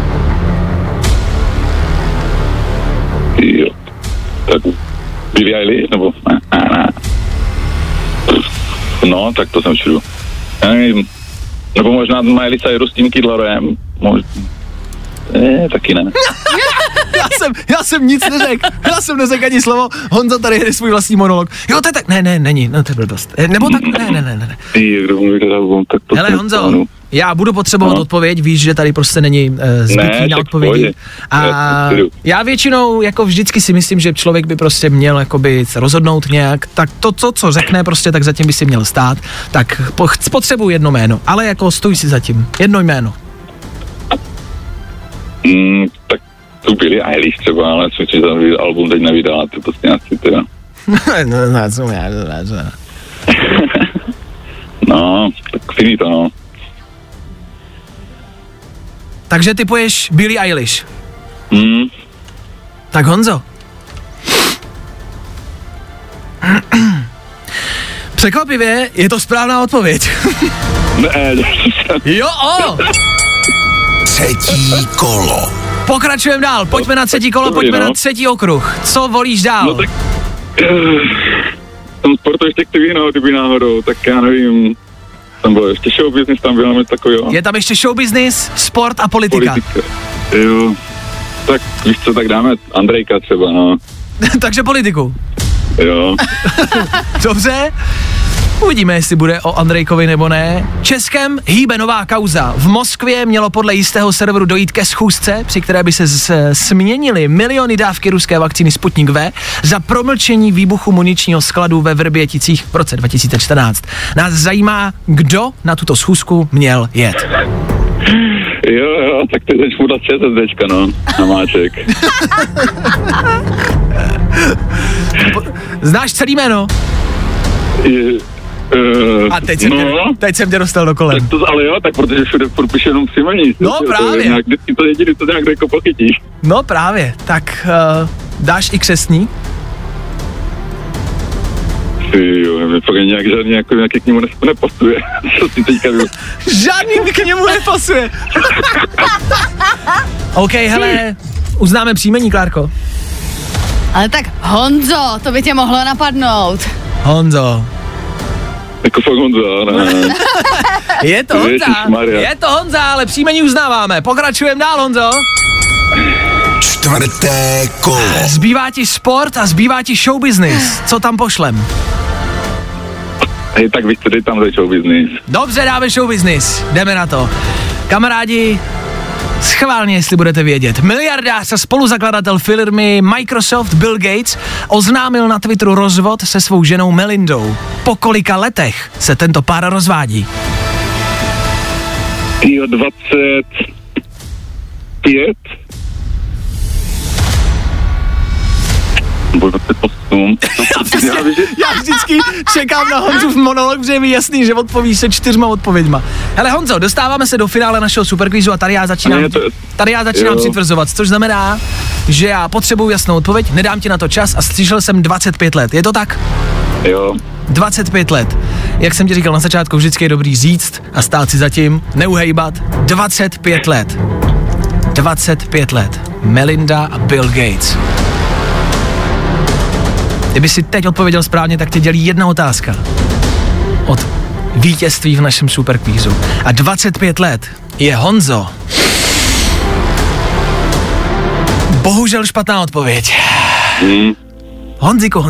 Jo. Tak Billie Eilish, nebo ne. No, tak to jsem čudu. Já nevím, nebo možná Miley Cyrus s tím Kid Laroyem. Taky ne. Já jsem nic neřekl. Já jsem neřekl ani slovo. Honza tady jde svůj vlastní monolog. Jo, to je tak, ne, není, no to je blbost. Nebo tak, ne. Kdo mu vydal, tak to hele, Honzo, já budu potřebovat odpověď, víš, že tady prostě není zbytí na odpovědi. A já většinou, jako vždycky si myslím, že člověk by prostě měl jakoby se rozhodnout nějak, tak to, co řekne prostě, tak zatím by si měl stát. Tak potřebuji jedno jméno, ale jako stoj si zatím. Jedno jméno. Tak tu Billie Eilish třeba, ale co ten album teď nevydala, to prostě asi teda. No, tak finito, no. Takže typuješ Billie Eilish. Tak Honzo. Překvapivě, je to správná odpověď. Ne, Jo, Třetí kolo. Pokračujeme dál, pojďme na třetí kolo, pojďme na třetí okruh. Co volíš dál? No tak, tam sportu ještě chci vyhnout, kdyby náhodou, tak já nevím, tam bylo ještě show business, tam bylo něco takového. Je tam ještě show business, sport a politika. Jo, tak víš co, tak dáme Andrejka třeba, no. Takže politiku. Jo. Dobře. Uvidíme, jestli bude o Andrejkovi nebo ne. Českem hýbe nová kauza. V Moskvě mělo podle jistého serveru dojít ke schůzce, při které by se směnily miliony dávky ruské vakcíny Sputnik V za promlčení výbuchu muničního skladu ve Vrběticích v roce 2014. Nás zajímá, kdo na tuto schůzku měl jet. Jo, tak ty jdeš mu dát ČSSDčka, no, na máček. Znáš celý jméno? A teď jsem tě dostal do kolen. Tak to, ale jo, tak protože všude furt píše jenom příjmení. No právě. Vždycky to jediný, to nějak jako pochytíš. No právě, tak dáš i křestní? Jo, mi fakt nějaký k němu nepasuje. Co si teďka byl? Žádný k němu nepasuje. OK, hele, uznáme příjmení, Klárko. Ale tak Honzo, to by tě mohlo napadnout. Honzo. Jako fakt Honza, ne. Je to Honza, ale příjmení uznáváme. Pokračujeme dál, Honzo. Čtvrté kolo. Zbývá ti sport a zbývá ti show business. Co tam pošlem? Hej, tak víš co, dej tam za show business. Dobře, dáme show business. Jdeme na to. Kamarádi, schválně, jestli budete vědět. Miliardář a spoluzakladatel firmy Microsoft Bill Gates oznámil na Twitteru rozvod se svou ženou Melindou. Po kolika letech se tento pár rozvádí? Jo, 25. Nebo 28. Já vždycky čekám na Honzův monolog, protože je mi jasný, že odpoví se 4 odpověďma. Hele Honzo, dostáváme se do finále našeho superkvízu a tady já začínám přitvrzovat, což znamená, že já potřebuju jasnou odpověď, nedám ti na to čas a slyšel jsem 25 let. Je to tak? Jo. 25 let. Jak jsem ti říkal na začátku, vždycky je dobrý říct a stát si zatím, neuhejbat. 25 let. 25 let. Melinda a Bill Gates. Kdyby si teď odpověděl správně, tak tě dělí jedna otázka od vítězství v našem superkvízu. A 25 let je Honzo. Bohužel špatná odpověď. Honziku.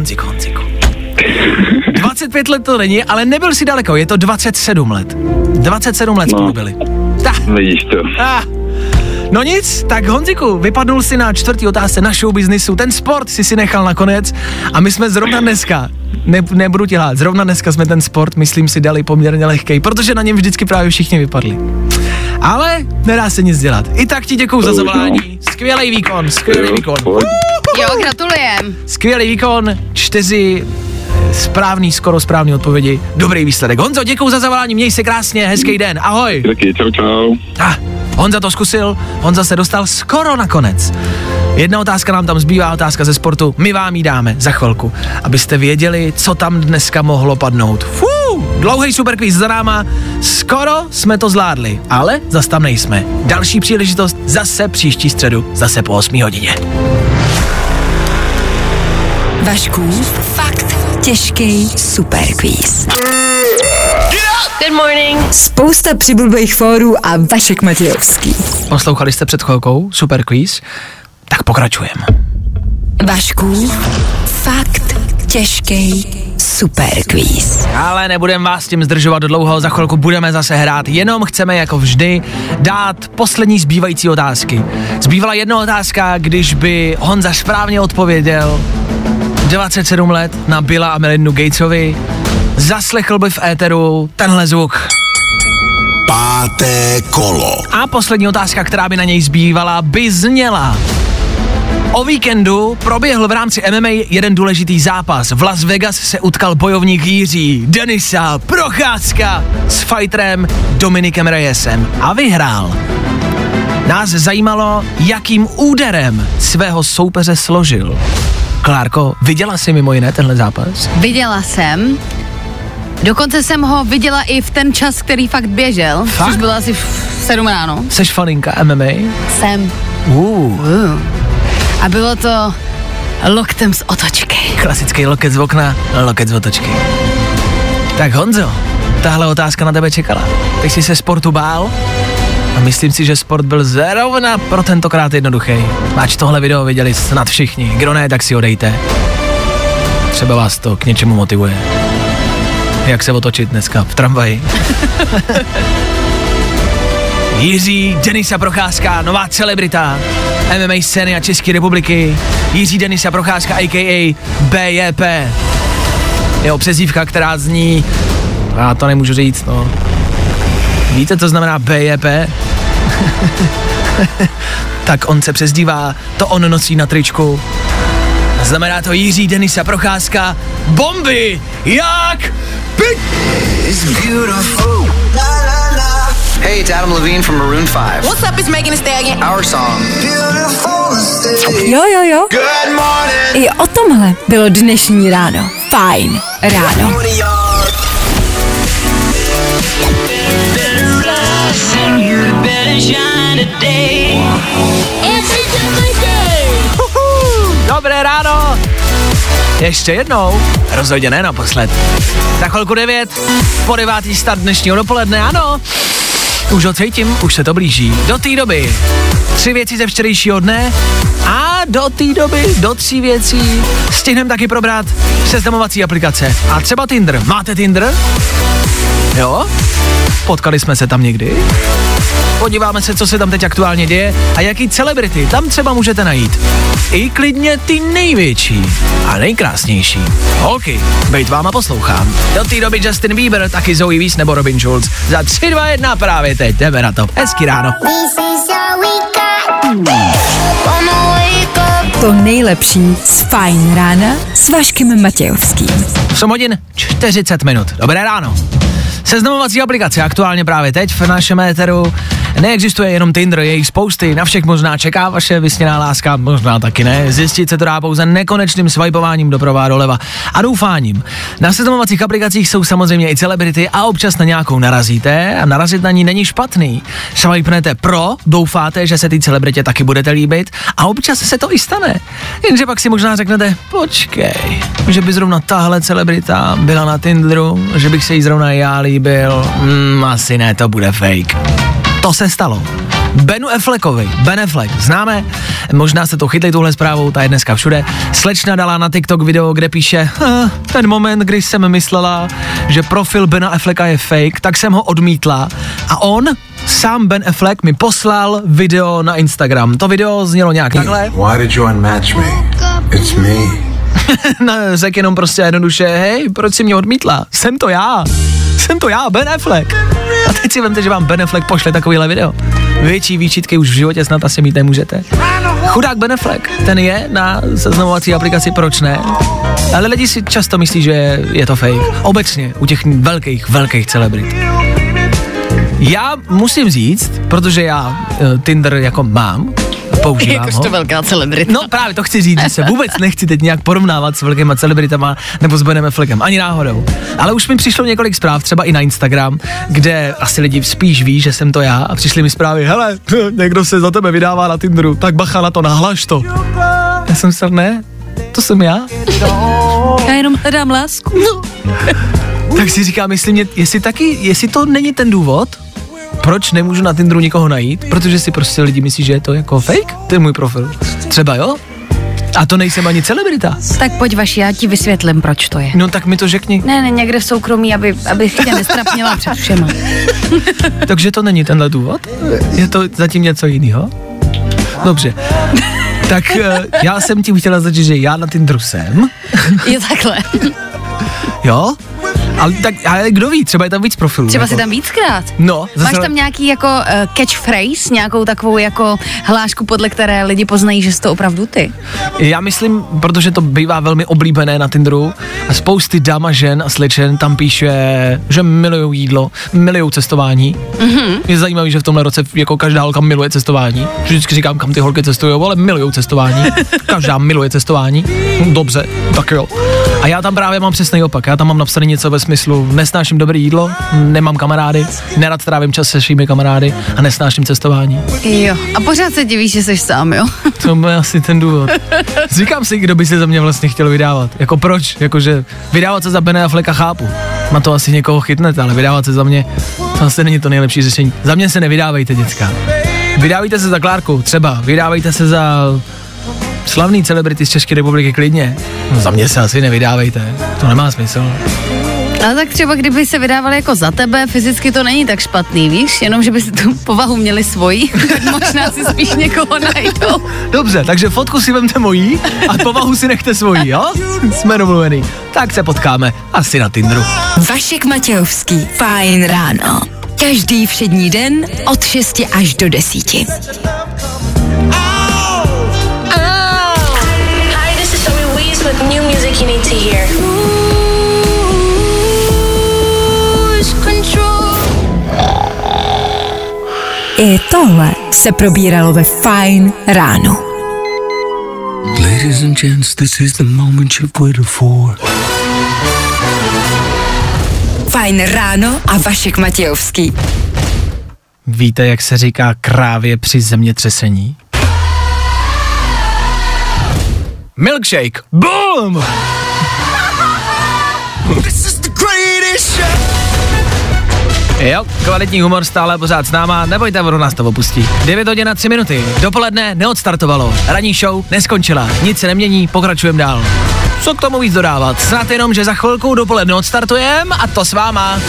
25 let to není, ale nebyl si daleko, je to 27 let. 27 let spolu byli. Vidíš to. No nic, tak Honziku, vypadnul si na 4. otázce na show businessu, ten sport si nechal nakonec a my jsme zrovna dneska, nebudu ti lhát, zrovna dneska jsme ten sport, myslím si, dali poměrně lehkej, protože na něm vždycky právě všichni vypadli. Ale nedá se nic dělat. I tak ti děkuju za zavolání. Skvělý výkon. Jo, gratulujem. Skvělý výkon, 4 skoro správný odpovědi. Dobrý výsledek. Honzo, děkuju za zavolání, měj se krásně, hezký den, ahoj. Taky, čau. Honza to zkusil, Honza se dostal skoro na konec. Jedna otázka nám tam zbývá, otázka ze sportu, my vám ji dáme za chvilku, abyste věděli, co tam dneska mohlo padnout. Dlouhý superkvíz za náma, skoro jsme to zvládli, ale zas tam nejsme. Další příležitost zase příští středu, zase po 8 hodině. Vaškův fakt těžký superkvíz. Good morning. Spousta přibulbých fórů a Vašek Matějovský. Poslouchali jste před chvilkou superkvíz? Tak pokračujeme. Vaškův fakt těžký superkvíz. Ale nebudeme vás tím zdržovat dlouho, za chvilku budeme zase hrát, jenom chceme jako vždy dát poslední zbývající otázky. Zbývala jedna otázka, když by Honza správně odpověděl 27 let na Billa a Melindu Gatesovi, zaslechl by v éteru tenhle zvuk. 5. kolo. A poslední otázka, která by na něj zbývala, by zněla: o víkendu proběhl v rámci MMA jeden důležitý zápas. V Las Vegas se utkal bojovník Jiří Denisa Procházka s fighterem Dominikem Reyesem a vyhrál. Nás zajímalo, jakým úderem svého soupeře složil. Klárko, viděla jsi mimo jiné tenhle zápas? Viděla jsem. Dokonce jsem ho viděla i v ten čas, který fakt běžel. Fakt? Což bylo asi v 7 ráno. Seš faninka MMA? Jsem. A bylo to loktem z otočky. Klasický loket z okna, loket z otočky. Tak Honzo, tahle otázka na tebe čekala. Ty jsi se sportu bál? A myslím si, že sport byl zrovna pro tentokrát jednoduchý. Ač tohle video viděli snad všichni. Kdo ne, tak si odejte. Třeba vás to k něčemu motivuje. Jak se otočit dneska v tramvaji. Jiří Denisa Procházka, nová celebrita MMA scény a České republiky. Jiří Denisa Procházka, a.k.a. BJP. Jeho přezdívka, která zní... Já to nemůžu říct, no. Víte, co znamená BJP? Tak on se přezdívá, to on nosí na tričku. Znamená to Jiří Denisa Procházka, bomby, jak Hey, it's Adam Levine from Maroon 5. What's up, it's Megan Thee Stallion. Our song. Jo. Good morning. I o tomhle bylo dnešní ráno. Fajn ráno. Dobré ráno! Ještě jednou, rozhodně ne naposled. Za chvilku 9, po 9. start dnešního dopoledne, ano. Už ho cítím, už se to blíží. Do té doby 3 věci ze včerejšího dne a do té doby do 3 věcí stihneme taky probrat seznamovací aplikace. A třeba Tinder. Máte Tinder? Jo? Potkali jsme se tam někdy? Podíváme se, co se tam teď aktuálně děje a jaký celebrity tam třeba můžete najít. I klidně ty největší a nejkrásnější. Holky, bejt váma poslouchám. Do té doby Justin Bieber, taky Zoe Wees nebo Robin Schulz. Za 3, 2, 1 právě teď, jdeme na to. Hezký ráno. To nejlepší z Fajn rána s Vaškem Matějovským. 8 hodin 40 minut. Dobré ráno. Seznamovací aplikace aktuálně právě teď v našem éteru. Neexistuje jenom Tinder, je jich spousty, na všech možná čeká vaše vysněná láska, možná taky ne. Zjistit se to dá pouze nekonečným swipováním doprava doleva a doufáním. Na seznamovacích aplikacích jsou samozřejmě i celebrity a občas na nějakou narazíte a narazit na ní není špatný. Swipnete pro, doufáte, že se té celebritě taky budete líbit a občas se to i stane. Jenže pak si možná řeknete, počkej, že by zrovna tahle celebrita byla na Tinderu, že bych se jí zrovna já líbil, asi ne, to bude fake. To se stalo. Benu Affleckovi. Ben Affleck, známe, možná se to chytli tuhle zprávou, ta je dneska všude. Slečna dala na TikTok video, kde píše, ten moment, kdy jsem myslela, že profil Bena Afflecka je fake, tak jsem ho odmítla a on, sám Ben Affleck, mi poslal video na Instagram. To video znělo nějak takhle. Why did you unmatch me? It's me. Řekl jenom prostě jednoduše, hej, proč jsi mě odmítla? Jsem to já, Ben Affleck. A teď si vemte, že vám Ben Affleck pošle takovýhle video. Větší výčitky už v životě snad asi mít nemůžete. Chudák Ben Affleck, ten je na seznamovací aplikaci, proč ne? Ale lidi si často myslí, že je to fake. Obecně u těch velkých celebrit. Já musím říct, protože já Tinder jako mám, používám Jakož ho. to velká celebrita. No právě to chci říct, že se vůbec nechci teď nějak porovnávat s velkýma celebritama nebo s Benem Affleckem, ani náhodou. Ale už mi přišlo několik zpráv, třeba i na Instagram, kde asi lidi spíš ví, že jsem to já a přišly mi zprávy, hele, někdo se za tebe vydává na Tinderu, tak bacha na to, nahlaš to. Já jsem se ne, to jsem já. Já jenom hledám lásku. No. Tak si říkám, jestli to není ten důvod, proč nemůžu na Tinderu nikoho najít, protože si prostě lidi myslí, že je to jako fake, ten můj profil. Třeba jo? A to nejsem ani celebrita. Tak pojď Vaši, já ti vysvětlím, proč to je. No tak mi to řekni. Ne, někde v soukromí, abych tě nestrapnila před všema. Takže to není tenhle důvod? Je to zatím něco jiného? Dobře. Tak já jsem ti chtěla začít, že já na Tinderu jsem. Je takhle. Jo? Ale kdo ví, třeba je tam víc profilů. Třeba jako. si tam víckrát. No. Máš tam nějaký jako catchphrase, nějakou takovou jako hlášku, podle které lidi poznají, že jsi to opravdu ty? Já myslím, protože to bývá velmi oblíbené na Tinderu a spousty dám a žen a slečen tam píše, že milujou jídlo, milujou cestování. Mm-hmm. Je zajímavý, že v tomhle roce jako každá holka miluje cestování. Vždycky říkám, kam ty holky cestujou, ale milujou cestování. Každá miluje cestování. Dobře, tak jo. A já tam právě mám přesný opak. Já tam mám napsané něco ve smyslu, nesnáším dobré jídlo, nemám kamarády, nerad trávím čas se svými kamarády a nesnáším cestování. Jo, a pořád se divíš, že jsi sám, jo? To je asi ten důvod. Říkám si, kdo by se za mě vlastně chtěl vydávat. Jako proč? Jakože vydávat se za Bena Afflecka chápu. Na to asi někoho chytnete, ale vydávat se za mě, to asi není to nejlepší řešení. Za mě se nevydávejte, děcka. Vydávejte se za Klárku, třeba. Vydávejte se za slavný celebrity z České republiky klidně. No, za mě se asi nevydávejte, to nemá smysl. A tak třeba kdyby se vydávali jako za tebe, fyzicky to není tak špatný, víš? Jenom, že by si tu povahu měli svoji, tak možná si spíš někoho najdou. Dobře, takže fotku si vemte mojí a povahu si nechte svojí, jo? Jsme domluvený. Tak se potkáme asi na Tinderu. Vašek Matějovský, Fajn ráno. Každý všední den od 6 až do 10. Hi, this is Zoe Wees with new music you need to hear. I tohle se probíralo ve Fajn ráno. Ladies and gents, this is the moment you've waited for. Fajn ráno a Vašek Matějovský. Víte, jak se říká krávě při zemětřesení? Milkshake. Boom! Jo, kvalitní humor stále pořád s náma, nebojte, vodu nás to opustí. 9 hodin a 3 minuty, dopoledne neodstartovalo, ranní show neskončila, nic se nemění, pokračujeme dál. Co k tomu víc dodávat? Snad jenom, že za chvilku dopoledne odstartujeme a to s váma.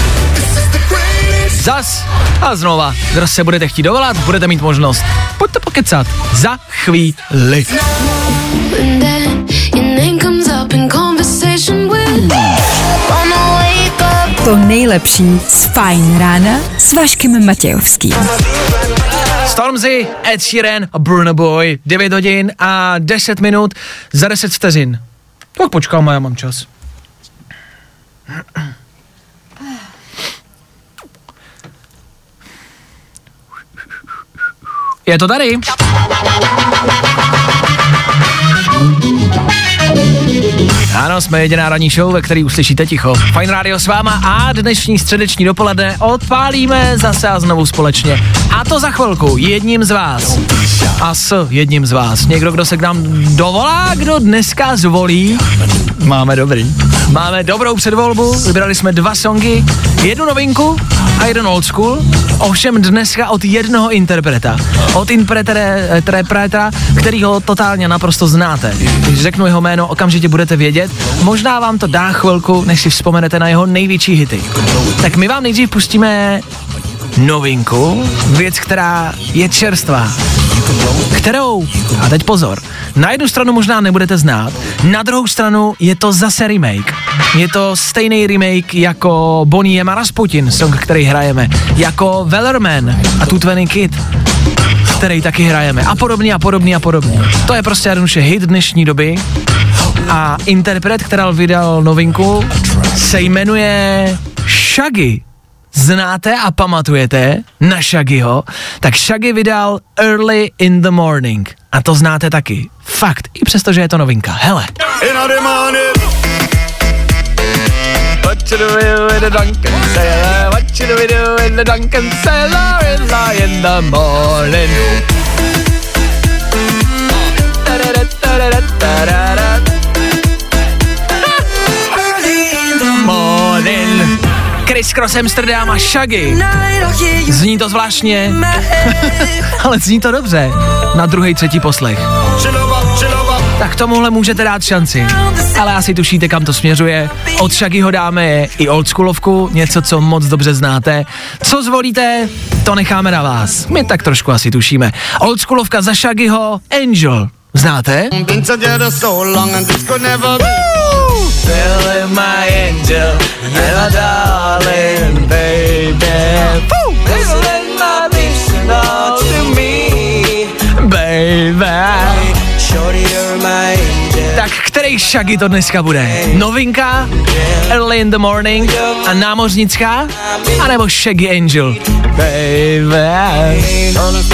Zas a znova, kdo se budete chtít dovolat, budete mít možnost. Pojďte pokecat za chvíli. To nejlepší z Fajn rána s Vaškem Matějovským. Stormzy, Ed Sheeran a Burna Boy, 9 hodin a 10 minut za 10 vteřin. Tak počkám, já mám čas. Je to tady. Ano, jsme jediná ranní show, ve který uslyšíte ticho. Fajn rádio s váma a dnešní středeční dopoledne odpálíme zase a znovu společně. A to za chvilku jedním z vás. A s jedním z vás. Někdo, kdo se k nám dovolá, kdo dneska zvolí. Máme dobrou předvolbu, vybrali jsme 2 songy, 1 novinku a 1 old school. Ovšem dneska od jednoho interpreta. Od interpreta, kterýho totálně naprosto znáte. Když řeknu jeho jméno, okamžitě budete vědět. Možná vám to dá chvilku, než si vzpomenete na jeho největší hity. Tak my vám nejdřív pustíme novinku, věc, která je čerstvá, kterou, a teď pozor, na jednu stranu možná nebudete znát, na druhou stranu je to zase remake. Je to stejný remake jako Bonnie M. Rasputin, song, který hrajeme, jako Wellerman a Tutvený Kid, který taky hrajeme, a podobně. To je prostě jednoduše hit dnešní doby a interpret, který vydal novinku, se jmenuje Shaggy. Znáte a pamatujete na Shaggyho? Tak Shaggy vydal Early in the Morning. A to znáte taky. Fakt, i přesto, že je to novinka. Hele. What you do in the Duncan Sailor? What you do in the Duncan Sailor? In the morning. Morning. Chris Cross Amsterdam a Shaggy. Zní to zvláštně, ale zní to dobře. Na druhý, třetí poslech. Tak tomuhle můžete dát šanci. Ale asi tušíte, kam to směřuje. Od Shaggyho dáme i oldschoolovku, něco, co moc dobře znáte. Co zvolíte, to necháme na vás. My tak trošku asi tušíme. Oldschoolovka za Shaggyho, Angel. Znáte? Still my angel, my darling baby. Still my listener to me, baby. Tak který Shaggy to dneska bude? Novinka, Early in the Morning a námořnická? A nebo Shaggy Angel? Baby.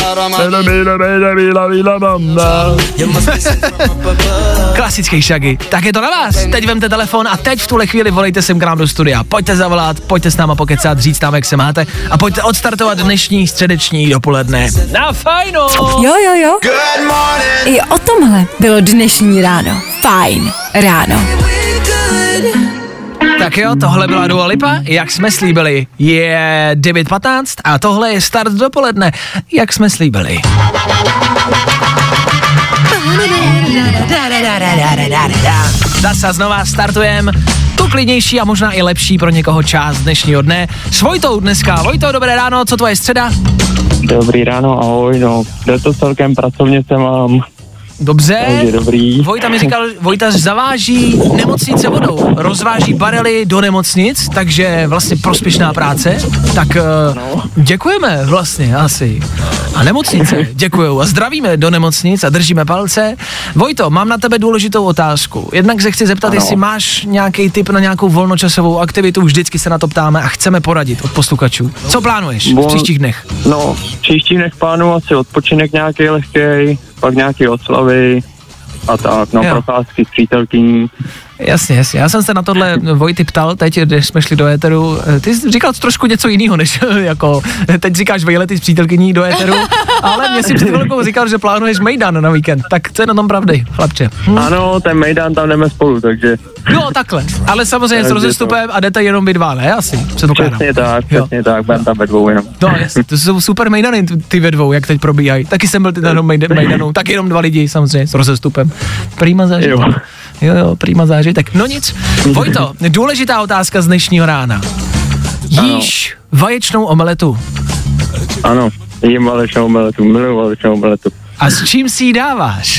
Klasický Shaggy. Tak je to na vás. Teď vemte telefon a teď v tuhle chvíli volejte sem k nám do studia. Pojďte zavolat, pojďte s náma pokecat, říct nám, jak se máte a pojďte odstartovat dnešní středeční dopoledne. Na fajno! Jo. I o tomhle bylo dnešní ráno. Fajn ráno. Tak jo, tohle byla Dua Lipa, jak jsme slíbili. Je 9:15 a tohle je start dopoledne, jak jsme slíbili. Zase znova startujeme tu klidnější a možná i lepší pro někoho část dnešního dne. S Vojtou dneska. Vojto, dobré ráno, co tvoje středa? Dobrý ráno, ahoj, no, jde to celkem, pracovně se mám. Dobře, dobrý. Vojta mi říkal, Vojta zaváží nemocnice vodou, rozváží barely do nemocnic, takže vlastně prospěšná práce, tak děkujeme vlastně asi. A nemocnice děkujou a zdravíme do nemocnic a držíme palce. Vojto, mám na tebe důležitou otázku. Jednak se chci zeptat, jestli máš nějaký tip na nějakou volnočasovou aktivitu, vždycky se na to ptáme a chceme poradit od posluchačů. Co plánuješ v příštích dnech? No, v příštích dnech plánuju asi odpočinek nějaký lehkej, pak nějaký oslavy a tak, no, procházky s přítelkyní. Jasně, já jsem se na tohle Vojty ptal teď, když jsme šli do éteru. Ty jsi říkal trošku něco jiného, než jako, teď říkáš vejlety s přítelkyní do éteru, ale mě si před chvilkou říkal, že plánuješ mejdan na víkend, tak co je na tom pravdy, chlapče? Ano, ten mejdan tam jdeme spolu, takže... Jo, takhle, ale samozřejmě s rozestupem a jdete jenom vy dva, ne? Asi, předpokládám. Přesně tak, budeme tam ve dvou jenom. No jasně, to jsou super mejdany ty ve dvou, jak teď probíhají. Taky jsem byl ty jenom mejdanu, tak jenom 2 lidi samozřejmě s rozestupem. Prýma zážitek. Jo, prýma zážitek. No nic, Vojto, důležitá otázka z dnešního rána. Jíš vaječnou omeletu? Ano, jím vaječnou omeletu, miluji vaječnou omeletu. A s čím si ji dáváš?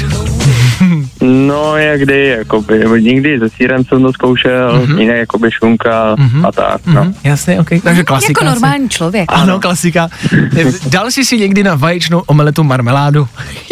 No, jakdy, jakoby, někdy se sýrem jsem to zkoušel, jinak jakoby šunka a tak, no. Jasně, ok, takže klasika. Jako normální člověk. Ano, klasika. Dal jsi si někdy na vaječnou omeletu marmeládu?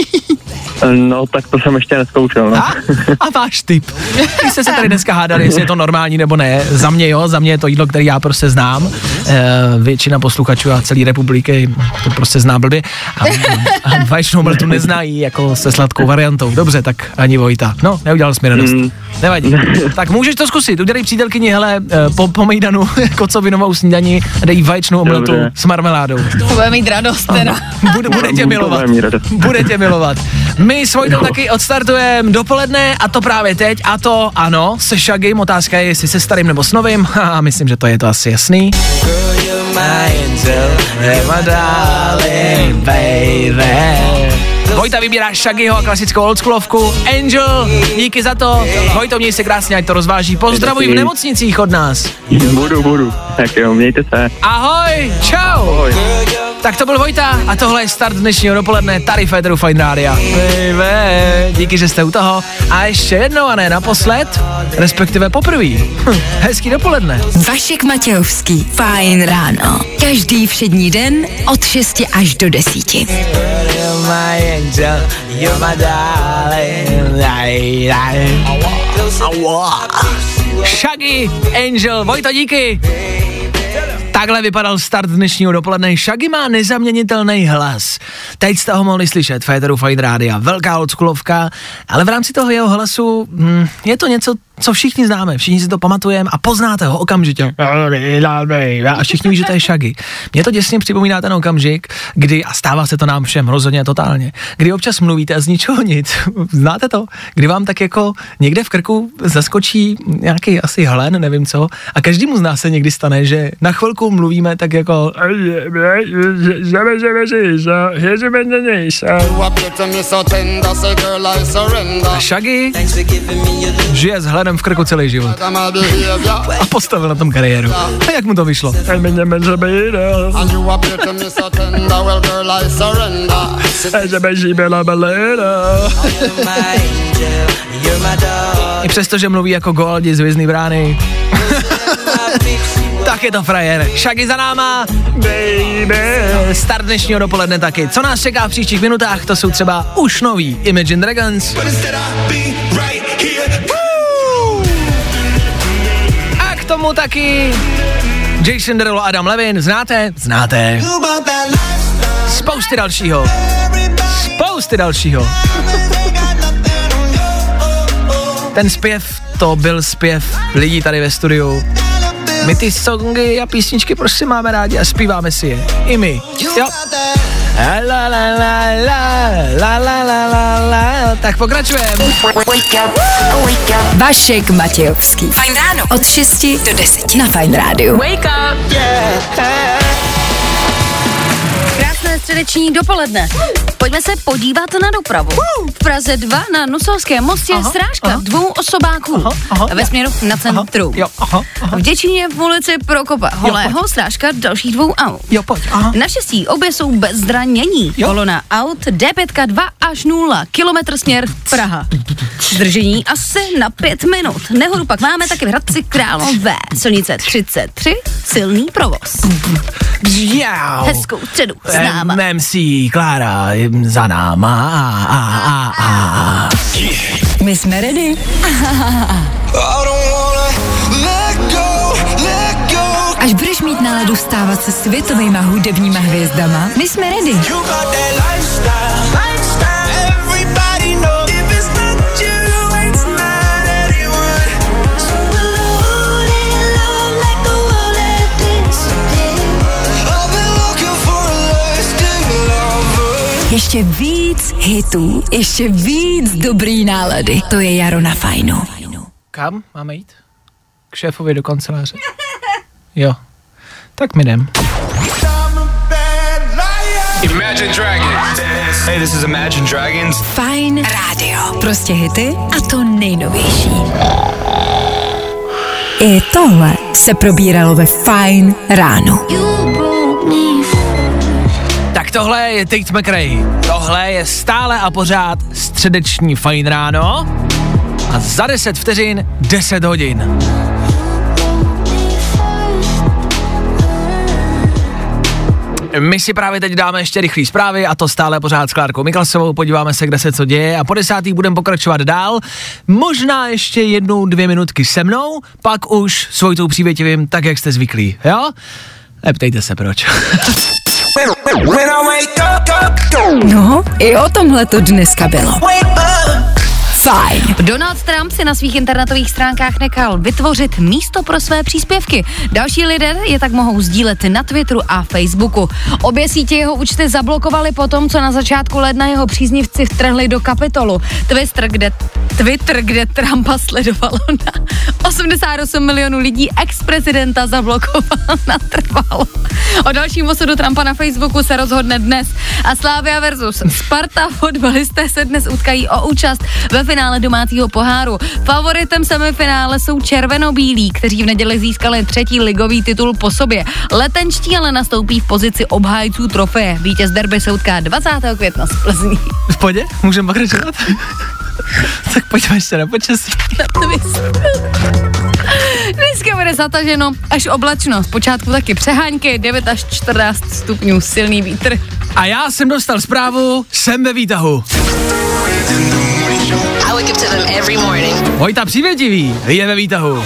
No, tak to jsem ještě nezkoušel, no. A máš tip. Když jste se tady dneska hádali, jestli je to normální nebo ne. Za mě je to jídlo, které já prostě znám. Většina posluchačů a celé republiky to prostě zná blbě. A vaječnou omeletu neznají jako se sladkou variantou. Dobře, tak ani Vojta. No, neudělal jsi mi radost. Nevadí. Tak můžeš to zkusit. Udělej přítelkyni, hele, po mejdanu kocovinovou snídani dej vaječnou omeletu s marmeládou. Bude mít radost teda. Bude tě milovat. Bude tě milovat. My s Vojtou taky odstartujeme dopoledne a to právě teď a to ano, se Shaggym. Otázka je, jestli se starým nebo s novým. Myslím, že to je to asi jasný. my angel, you're my darling baby. Vojta vybírá Shaggyho a klasickou oldschoolovku. Angel, díky za to. Vojto, měj se krásně, ať to rozváží. Pozdravuj v nemocnicích od nás. Budu. Tak jo, mějte se. Ahoj, čau. Ahoj. Tak to byl Vojta a tohle je start dnešního dopoledne tady Féteru Fajn Rádia. Díky, že jste u toho. A ještě jednou a ne naposled, respektive poprvý. Hezký dopoledne. Vašek Matějovský, Fajn ráno. Každý všední den od 6 až do 10. Shaggy, Angel, Vojto, díky. Takhle vypadal start dnešního dopoledne. Shaggy má nezaměnitelný hlas. Teď jste ho mohli slyšet v Féteru Fajn Rádia. Velká oldschoolovka, ale v rámci toho jeho hlasu je to něco, co všichni známe, všichni si to pamatujeme a poznáte ho okamžitě. A všichni ví, že to je Shaggy. Mě to děsně připomíná ten okamžik, kdy, a stává se to nám všem rozhodně totálně, kdy občas mluvíte a z ničeho nic. Znáte to? Kdy vám tak jako někde v krku zaskočí nějaký asi hlen, nevím co, a každému z nás se někdy stane, že na chvilku mluvíme tak jako a Shaggy žije s hledem v krku celý život. A postavil na tom kariéru. A jak mu to vyšlo? I přesto, že mluví jako Goldie z Hvězdný brány, tak je to frajer. Shaggy za náma, baby. Start dnešního dopoledne taky. Co nás čeká v příštích minutách, to jsou třeba už nový Imagine Dragons. A k tomu taky Jason Derulo, Adam Levin, znáte? Znáte. Spousty dalšího. Ten zpěv, to byl zpěv lidí tady ve studiu. My ty songy a písničky prostě máme rádi a zpíváme si je. I my. Jo. La la la la la la la la la. Tak pokračujeme. Vašek Matějovský. Fajn ráno. Od 6 do 10 na Fajn rádiu. Wake up. Krásné středeční dopoledne. Pojďme se podívat na dopravu. V Praze 2 na Nuselském mostě srážka 2 osobáků ve směru na centrum. V Děčíně v ulici Prokopa Holého srážka dalších 2 aut. Naštěstí obě jsou bez zranění. Kolona aut D5 2 až 0, kilometr směr Praha. Zdržení asi na 5 minut. Nehodu pak máme taky v Hradci Králové. Silnice 33, silný provoz. Hezkou středu s náma. MC Klára za náma. My jsme ready. Až budeš mít náladu stávat se světovejma hudebníma hvězdama, my jsme ready. Ještě víc hitů, ještě víc dobrý nálady. To je jaro na Fajnu. Kam máme jít? K šéfovi do kanceláře. Jo, tak my jdem. Imagine Dragons. Hey, this is Imagine Dragons. Fajn rádio. Prostě hity a to nejnovější. I tohle se probíralo ve Fajn ráno. Tak tohle je Tate McRae. Tohle je stále a pořád středeční Fajn ráno. A za 10 vteřin 10 hodin. My si právě teď dáme ještě rychlý zprávy a to stále pořád s Klárkou Miklasovou, podíváme se, kde se co děje a po 10. budeme pokračovat dál. Možná ještě 1-2 minutky se mnou, pak už s Vojtou Přívětivým, tak jak jste zvyklí, jo? Neptejte se proč. No, i o tomhle to dneska bylo. Fajn. Donald Trump si na svých internetových stránkách nechal vytvořit místo pro své příspěvky. Další lidé je tak mohou sdílet na Twitteru a Facebooku. Obě sítě jeho účty zablokovali po tom, co na začátku ledna jeho příznivci vtrhli do Kapitolu. Twitter, kde Trumpa sledovalo na 88 milionů lidí, ex-prezidenta zablokoval natrvalo. O dalším osudu Trumpa na Facebooku se rozhodne dnes a Slavia versus Sparta fotbalisté se dnes utkají o účast ve finále domácího poháru. Favoritem semifinále jsou červenobílí, kteří v neděli získali 3. ligový titul po sobě. Letenčtí ale nastoupí v pozici obhájců trofeje. Vítěz derby se utká 20. května z Plzní. V pohodě? Můžeme pokračovat? Tak pojďme ještě na počasí. Dneska bude zataženo až oblačno. Zpočátku taky přehánky, 9 až 14 stupňů, silný vítr. A já jsem dostal zprávu, jsem ve výtahu. Vojta Přívětivý je ve výtahu.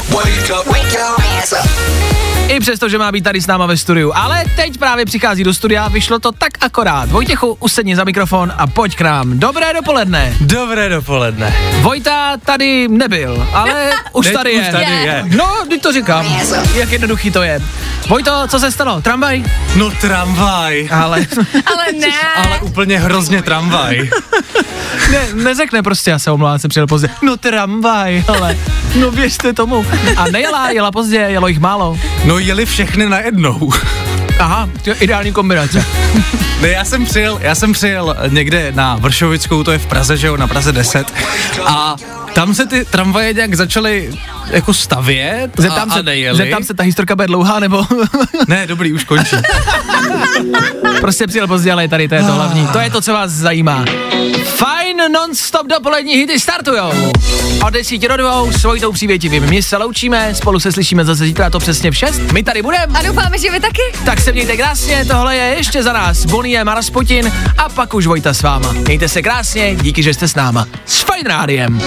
I přesto, že má být tady s náma ve studiu. Ale teď právě přichází do studia, vyšlo to tak akorát. Vojtěchu, usedni za mikrofon a pojď k nám. Dobré dopoledne. Dobré dopoledne. Vojta tady nebyl, ale už tady je. No, teď to říkám. Jak jednoduchý to je. Vojto, co se stalo? Tramvaj? No tramvaj. Ale ne. Ale úplně hrozně tramvaj. Neřekne prostě, já se omlouvám, jsem přijel pozdě. No tramvaj, ale no věřte tomu. A jela pozdě, jelo jich málo. No jeli všechny najednou. Aha, to je ideální kombinace. Ne, já jsem přijel někde na Vršovickou, to je v Praze, že jo, na Praze 10. A tam se ty tramvaje nějak začaly jako stavět a nejeli. Zeptám se, ta historka bude dlouhá, nebo? Ne, dobrý, už končí. Prostě přijel pozdě, ale tady to je to hlavní. To je to, co vás zajímá. Fajn non-stop dopolední hity startujou. Od 10 do 2 s Vojtou Přívětivým. My se loučíme, spolu se slyšíme zase zítra, to přesně v 6. My tady budeme. A doufáme, že vy taky. Tak se mějte krásně, tohle je ještě za nás Bonnie M. a Rasputin a pak už Vojta s váma. Mějte se krásně, díky, že jste s náma. S Fajn rádiem.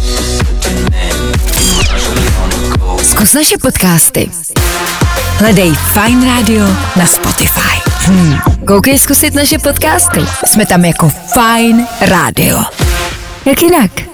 Zkus naše podcasty. Hledej Fajn Radio na Spotify. Koukej zkusit naše podcasty. Jsme tam jako Fajn Radio. Jak jinak?